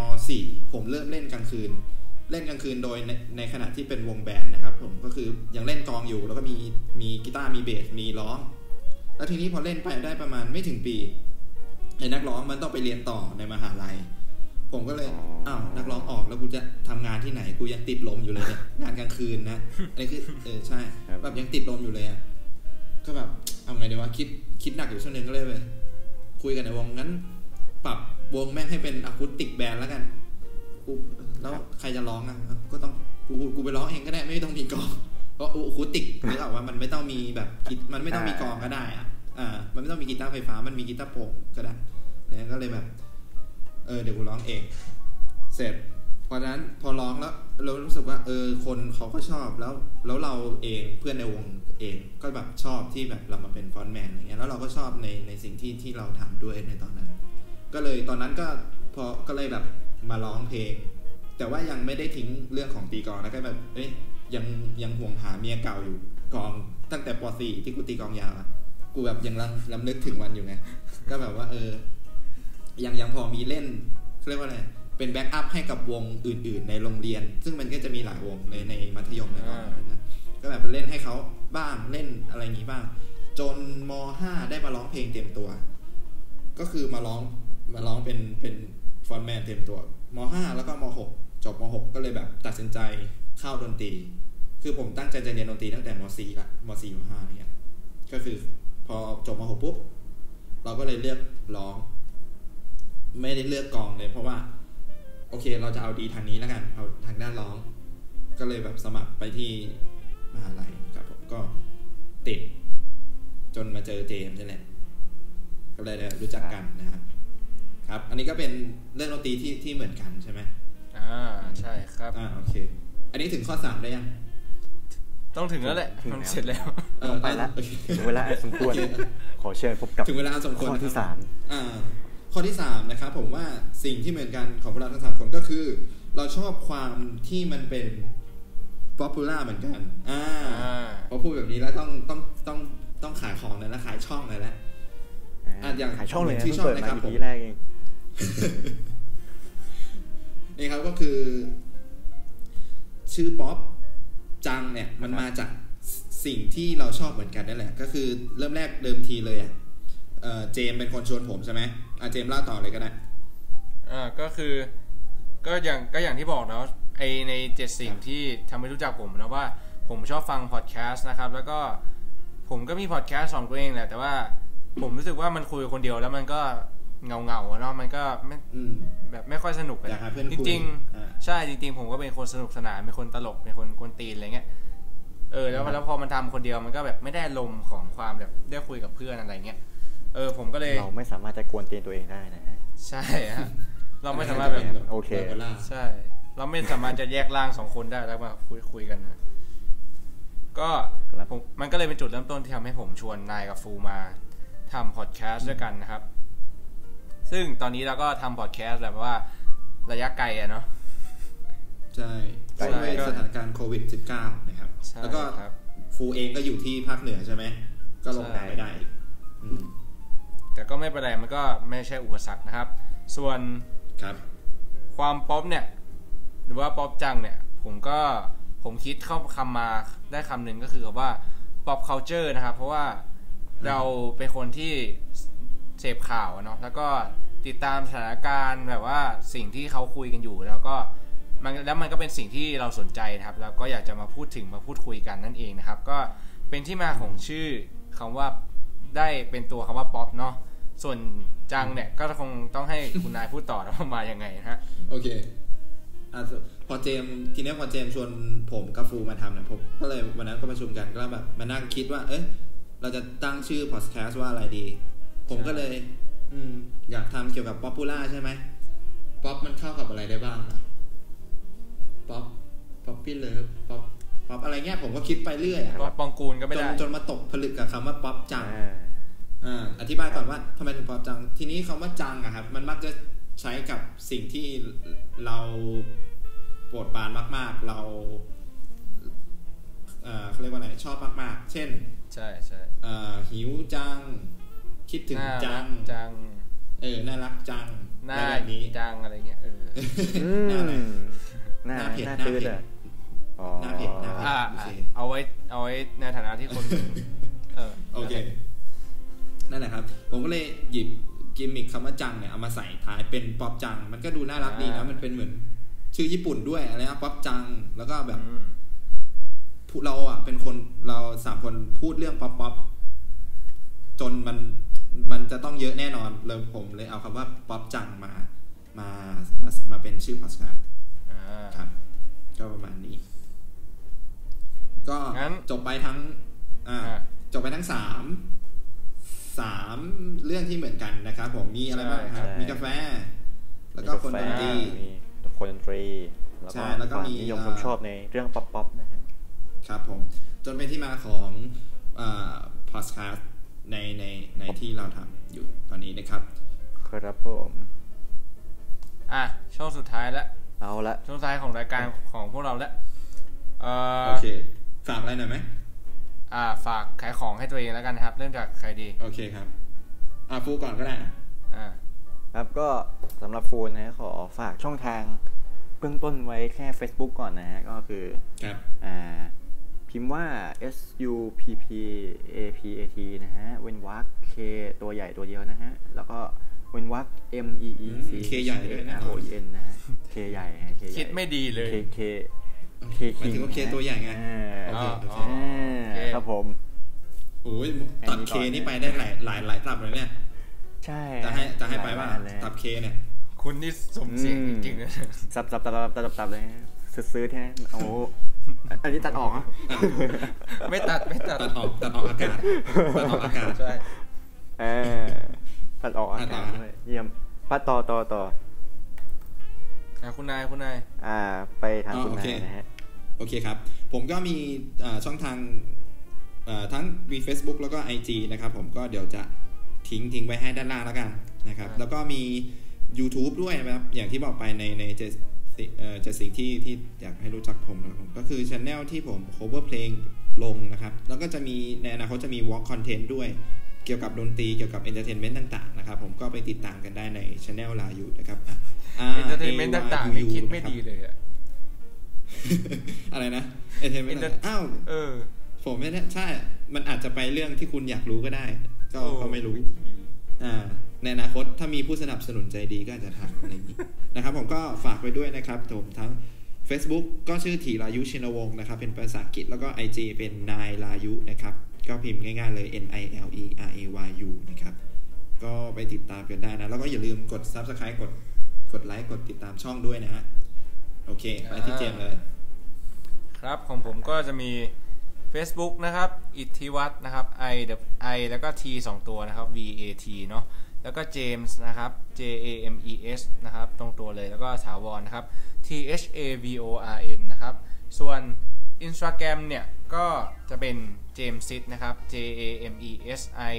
.4 ผมเริ่มเล่นกลางคืนโดยในขณะที่เป็นวงแบนด์นะครับผมก็คือยังเล่นกลองอยู่แล้วก็มีกีตาร์มีเบสมีร้องแล้วทีนี้พอเล่นไปได้ประมาณไม่ถึงปีไอ้นักร้องมันต้องไปเรียนต่อในมหาลัยผมก็เลยนักร้องออกแล้วกูจะทำงานที่ไหนกูยังติดลมอยู่เลยเนี่ยงานกลางคืนนะอันนี้คือใช่แบบยังติดลมอยู่เลยอ่ะก็แบบเอาไงดีวะคิดหนักอยู่ช่วงนึงก็เลยไปคุยกันในวงงั้นปรับวงแม่งให้เป็นอะคูสติกแบนด์แล้วกันกูแล้วใครจะร้องอ่ะก็ต้องกูไปร้องเองก็ได้ไม่ต้องมีกลองเพราะอะคูสติกนึกออกว่ามันไม่ต้องมีแบบมันไม่ต้องมีกลองก็ได้อ่ะมันไม่ต้องมีกีตาร์ไฟฟ้ามันมีกีตาร์โปร่งก็ได้แล้วก็เลยแบบเดี๋ยวกูร้องเองเสร็จเพราะฉะนั้นพอร้องแล้วเรารู้สึกว่าคนเขาก็ชอบแล้วเราเองเพื่อนในวงเองก็แบบชอบที่แบบเรามาเป็นฟรอนต์แมนอะไรเงี้ยแล้วเราก็ชอบในสิ่งที่เราทำด้วยในตอนนั้นก็เลยตอนนั้นก็เลยแบบมาร้องเพลงแต่ว่ายังไม่ได้ทิ้งเรื่องของตีกลองนะก็แบบยังห่วงหาเมียเก่าอยู่กลองตั้งแต่ป.4 ที่กูตีกลองยาวอ่ะกูแบบยังรำลึกถึงวันอยู่ไงก็แบบว่ายังพอมีเล่นเรียกว่าอะไรเป็นแบ็กอัพให้กับวงอื่นๆในโรงเรียนซึ่งมันก็จะมีหลายวงในมัธยมนะก็แบบเล่นให้เขาบ้างเล่นอะไรอย่างงี้บ้างจนม.5 ได้มาร้องเพลงเต็มตัวก็คือมาร้องเป็นฟรอนต์แมนเต็มตัวม.5 แล้วก็ม.6 จบม.6 ก็เลยแบบตัดสินใจเข้าดนตรีคือผมตั้งใจจะเรียนดนตรีตั้งแต่ม.4 ละม.4 ม.5 เนี่ยก็คือพอจบม.6 ปุ๊บเราก็เลยเลือกร้องไม่ได้เลือกกลองเลยเพราะว่าโอเคเราจะเอาดีทางนี้แล้วกันเอาทางด้านร้องก็เลยแบบสมัครไปที่มหาลัยครับผมก็ติดจนมาเจอเจมส์นี่แหละก็เลยได้รู้จักกันนะครับอันนี้ก็เป็นเรื่องดนตรีที่เหมือนกันใช่ไหมใช่ครับโอเคอันนี้ถึงข้อ3ได้ยังต้องถึงแล้วแหละมันเสร็จแล้วไปแล้วถึงเวลาสมควรขอเชิญพบกับถึงเวลาสมควรข้อที่3 ข้อที่3นะครับผมว่าสิ่งที่เหมือนกันของพวกเราทั้ง3คนก็คือเราชอบความที่มันเป็น popular เหมือนกันพอพูดแบบนี้แล้วต้องขายของเลยนะขายช่องเลยแล้วอย่างขายช่องเลยที่ช่องนะครับผมแรกเองนี่ครับก็คือชื่อป๊อปจังเนี่ยมันมาจากสิ่งที่เราชอบเหมือนกันนั่นแหละก็คือเริ่มแรกเดิมทีเลยเจมเป็นคนชวนผมใช่ไหมเจมเล่าต่อเลยก็ได้ก็คือก็อย่างที่บอกเนาะใน7สิ่งที่ทำให้รู้จักผมนะว่าผมชอบฟังพอดแคสต์นะครับแล้วก็ผมก็มีพอดแคสต์ของตัวเองแหละแต่ว่าผมรู้สึกว่ามันคุยคนเดียวแล้วมันก็เงาเนาะมันก็ไม่แบบไม่ค่อยสนุกเลยจริงๆใช่จริงๆผมก็เป็นคนสนุกสนานเป็นคนตลกเป็นคนกวนตีนอะไรเงี้ยแล้วพอมันทำคนเดียวมันก็แบบไม่ได้ลมของความแบบได้คุยกับเพื่อนอะไรเงี้ยผมก็เลยเราไม่สามารถจะกวนตีนตัวเองได้นะฮะใช่ฮะเราไม่สามารถแบบโอเคใช่เราไม่สามารถจะแยกร่าง2คนได้แล้วมาคุยกันนะก็มันก็เลยเป็นจุดเริ่มต้นที่ทำให้ผมชวนนายกับฟูมาทำพอดแคสต์ด้วยกันนะครับซึ่งตอนนี้เราก็ทำพอดแคสต์แบบว่าระยะไกลอะเนาะใช่ด้วยสถานการณ์โควิด -19 นะครับแล้วก็ฟูเองก็อยู่ที่ภาคเหนือใช่ไหมก็ลงไม่ได้แต่ก็ไม่เป็นไรมันก็ไม่ใช่อุปสรรคนะครับส่วนความป๊อปเนี่ยหรือว่าป๊อปจังเนี่ยผมคิดเข้าคำมาได้คำหนึ่งก็คือว่า pop culture นะครับเพราะว่าเราเป็นคนที่เสพข่าวเนาะแล้วก็ติดตามสถานการณ์แบบว่าสิ่งที่เขาคุยกันอยู่แล้วมันก็เป็นสิ่งที่เราสนใจนะครับแล้วก็อยากจะมาพูดคุยกันนั่นเองนะครับก็เป็นที่มาของชื่อคำว่าได้เป็นตัวคำว่าป๊อปเนาะส่วนจังเนี่ยก็คงต้องให้คุณนายพูดต่อแล้วว่ามายังไงนะฮะโอเคพอเจมชวนผมกับฟูมาทำเนี่ยผมก็เลยวันนั้นก็ประชุมกันก็แบบมานั่งคิดว่าเราจะตั้งชื่อพอดแคสต์ว่าอะไรดีผมก็เลยอยากทำเกี่ยวกับป๊อปปูล่าใช่ไหมป๊อปมันเข้ากับอะไรได้บ้างป๊อปปี้เลิฟป๊อปอะไรเงี้ยผมก็คิดไปเรื่อยป๊อปปองกูลก็ไม่ได้จนมาตกผลึกกับคำว่าป๊อปจังอธิบายก่อนว่าทำไมถึงป๊อปจังทีนี้คำว่าจังอะครับมันมักจะใช้กับสิ่งที่เราโปรดปรานมากๆเราเขาเรียกว่าอะไรชอบมากๆเช่นใช่หิวจังคิดถึงจังน่ารักจังน่านี้จังอะไรเงี้ยน่าอะไรน่าเผ็ดเอาไว้ในฐานะที่คนโอเคนั่นแหละครับผมก็เลยหยิบกิมมิคคำว่าจังเนี่ยเอามาใส่ท้ายเป็นป๊อปจังมันก็ดูน่ารักดีนะมันเป็นเหมือนชื่อญี่ปุ่นด้วยอะไรนะป๊อปจังแล้วก็แบบเราเป็นคนเรา3คนพูดเรื่องป๊อปจนมันจะต้องเยอะแน่นอนเลยผมเลยเอาคำว่าป๊อปจังมาเป็นชื่อพอดแคสต์ครับก็ประมาณนี้ก็จบไปทั้ง3เรื่องที่เหมือนกันนะครับผมมีอะไรบ้างครับมีกาแฟแล้วก็คนดนตรีแล้วก็มีนิยมชอบในเรื่องป๊อปนะครับผมจนเป็นที่มาของพอดแคสต์ในที่เราทำอยู่ตอนนี้นะครับครับผมช่วงสุดท้ายแล้วเอาละช่วงสุดท้ายของรายการของพวกเราแล้วโอเคฝากอะไรหน่อยไหมฝากขายของให้ตัวเองแล้วกันครับเริ่มจากใครดีโอเคครับฟูก่อนก็ได้ครับก็สำหรับฟูนะขอฝากช่องทางเบื้องต้นไว้แค่ Facebook ก่อนนะฮะก็คือครับพิมพ์ว่า SUPPAPAT นะฮะเว้นวรรค K ตัวใหญ่ตัวเดียวนะฮะแล้วก็เว้นวรรค MEEC K ใหญ่เลยนะ OEN นะฮะ K ใหญ่ฮะ K คิดไม่ดีเลย K หมายถึงว่า K ตัวใหญ่ไงโอเคครับผมโอ้ยตัด K นี่ไปได้หลายตับเลยเนี่ยใช่จะให้ไปว่าตับ K เนี่ยคุณนี่สมเสียงจริงๆเลยสับเลยซื้อแท้โอ้อันนี้ตัดออกไม่ตัดออกอากาศใช่ตัดออกอากาศเยี่ยมปัดต่อคุณนายไปทางคุณนายนะฮะโอเคครับผมก็มีช่องทางทั้งมี Facebook แล้วก็ IG นะครับผมก็เดี๋ยวจะทิ้งไว้ให้ด้านล่างแล้วกันนะครับแล้วก็มี YouTube ด้วยนะครับอย่างที่บอกไปในจะสิ่งที่อยากให้รู้จักผมนะผมก็คือ channel ที่ผม cover เพลงลงนะครับแล้วก็จะมีในอนาคตจะมี walk content ด้วยเกี่ยวกับดนตรีเกี่ยวกับ entertainment ต่างๆนะครับผมก็ไปติดตามกันได้ใน channel ลายุนะครับ entertainment ต่างๆนี่คิดไม่ดีเลยอะไรนะ entertainment อ้าวผมไม่ใช่มันอาจจะไปเรื่องที่คุณอยากรู้ก็ได้ก็ไม่รู้ในอนาคตถ้ามีผู้สนับสนุนใจดีก็อาจจะทำอะไรอย่างนี้นะครับผมก็ฝากไว้ด้วยนะครับผมทั้ง Facebook ก็ชื่อถีรายุชินวงศ์นะครับเป็นภาษาอังกฤษแล้วก็ IG เป็นนายรายุนะครับก็พิมพ์ง่ายๆเลย NILERAYU นะครับก็ไปติดตามกันได้นะแล้วก็อย่าลืมกด Subscribe กดไลค์กดติดตามช่องด้วยนะฮะโอเคไปที่เจมเลยครับของผมก็จะมี Facebook นะครับอิทธิวัฒน์นะครับ I แล้วก็ T 2ตัวนะครับ VAT เนาะแล้วก็เจมส์นะครับ JAMES นะครับตรงตัวเลยแล้วก็ถาวรนะครับ THAVORN นะครับส่วน Instagram เนี่ยก็จะเป็น Jamesit นะครับ JAMESI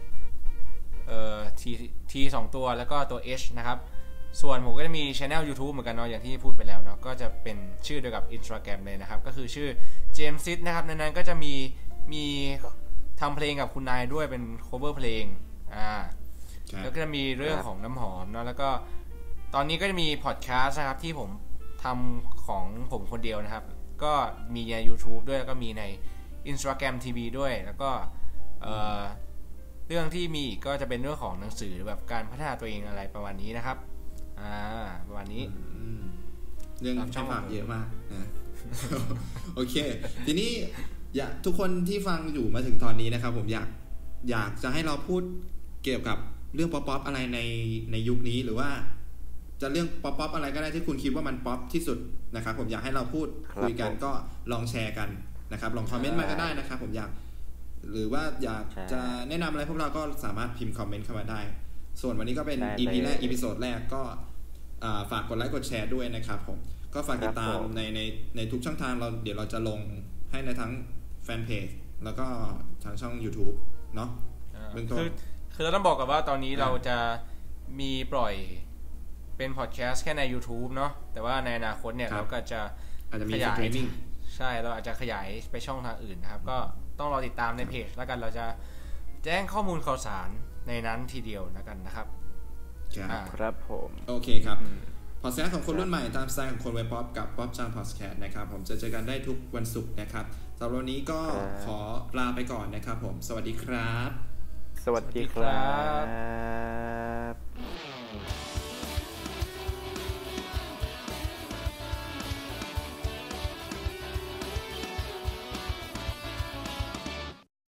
T 2ตัวแล้วก็ตัว H นะครับส่วนผมก็จะมี Channel YouTube เหมือนกันเนาะอย่างที่พูดไปแล้วเนาะก็จะเป็นชื่อเดียวกับ Instagram เลยนะครับก็คือชื่อ Jamesit นะครับในนั้นก็จะมีทำเพลงกับคุณนายด้วยเป็น cover เพลงแล้วก็จะมีเรื่องของน้ำหอมเนาะแล้วก็ตอนนี้ก็จะมีพอดแคสต์นะครับที่ผมทำของผมคนเดียวนะครับก็มีใน YouTube ด้วยแล้วก็มีใน Instagram TV ด้วยแล้วก็เรื่องที่มีก็จะเป็นเรื่องของหนังสือแบบการพัฒนาตัวเองอะไรประมาณนี้นะครับประมาณนี้เรื่องช่องฝากเยอะมากนะโอเคทีนี้ทุกคนที่ฟังอยู่มาถึงตอนนี้นะครับผมอยากจะให้เราพูดเกี่ยวกับเรื่องป๊อปอะไรในยุคนี้หรือว่าจะเรื่องป๊อปอะไรก็ได้ที่คุณคิดว่ามันป๊อปที่สุดนะครับผมอยากให้เราพูดคุยกันก็ลองแชร์กันนะครับลองคอมเมนต์มาก็ได้นะครับผมหรือว่าอยากจะแนะนำอะไรพวกเราก็สามารถพิมพ์คอมเมนต์เข้ามาได้ส่วนวันนี้ก็เป็น EP แรก Episode แรกก็ฝากกดไลค์กดแชร์ด้วยนะครับผมก็ฝากติดตามในทุกช่องทางเดี๋ยวเราจะลงให้ในทั้งแฟนเพจแล้วก็ทางช่อง YouTube เนาะเบื้องต้นคือเราต้องบอกกับว่าตอนนี้เราจะมีปล่อยเป็นพอดแคสต์แค่ใน YouTube เนาะแต่ว่าในอนาคตเนี่ยเราก็จะขยายใช่เราอาจจะขยายไปช่องทางอื่นนะครับก็ต้องรอติดตามในเพจแล้วกันเราจะแจ้งข้อมูลข่าวสารในนั้นทีเดียวแล้วกันนะครับครับผมโอเคครับพอดแคสต์ของคนรุ่นใหม่ตามสไตล์ของคนวัยป๊อปกับป๊อปจามพอดแคสต์นะครับผมจะเจอกันได้ทุกวันศุกร์นะครับสำหรับวันนี้ก็ขอลาไปก่อนนะครับผมสวัสดีครับสวัสดีครับ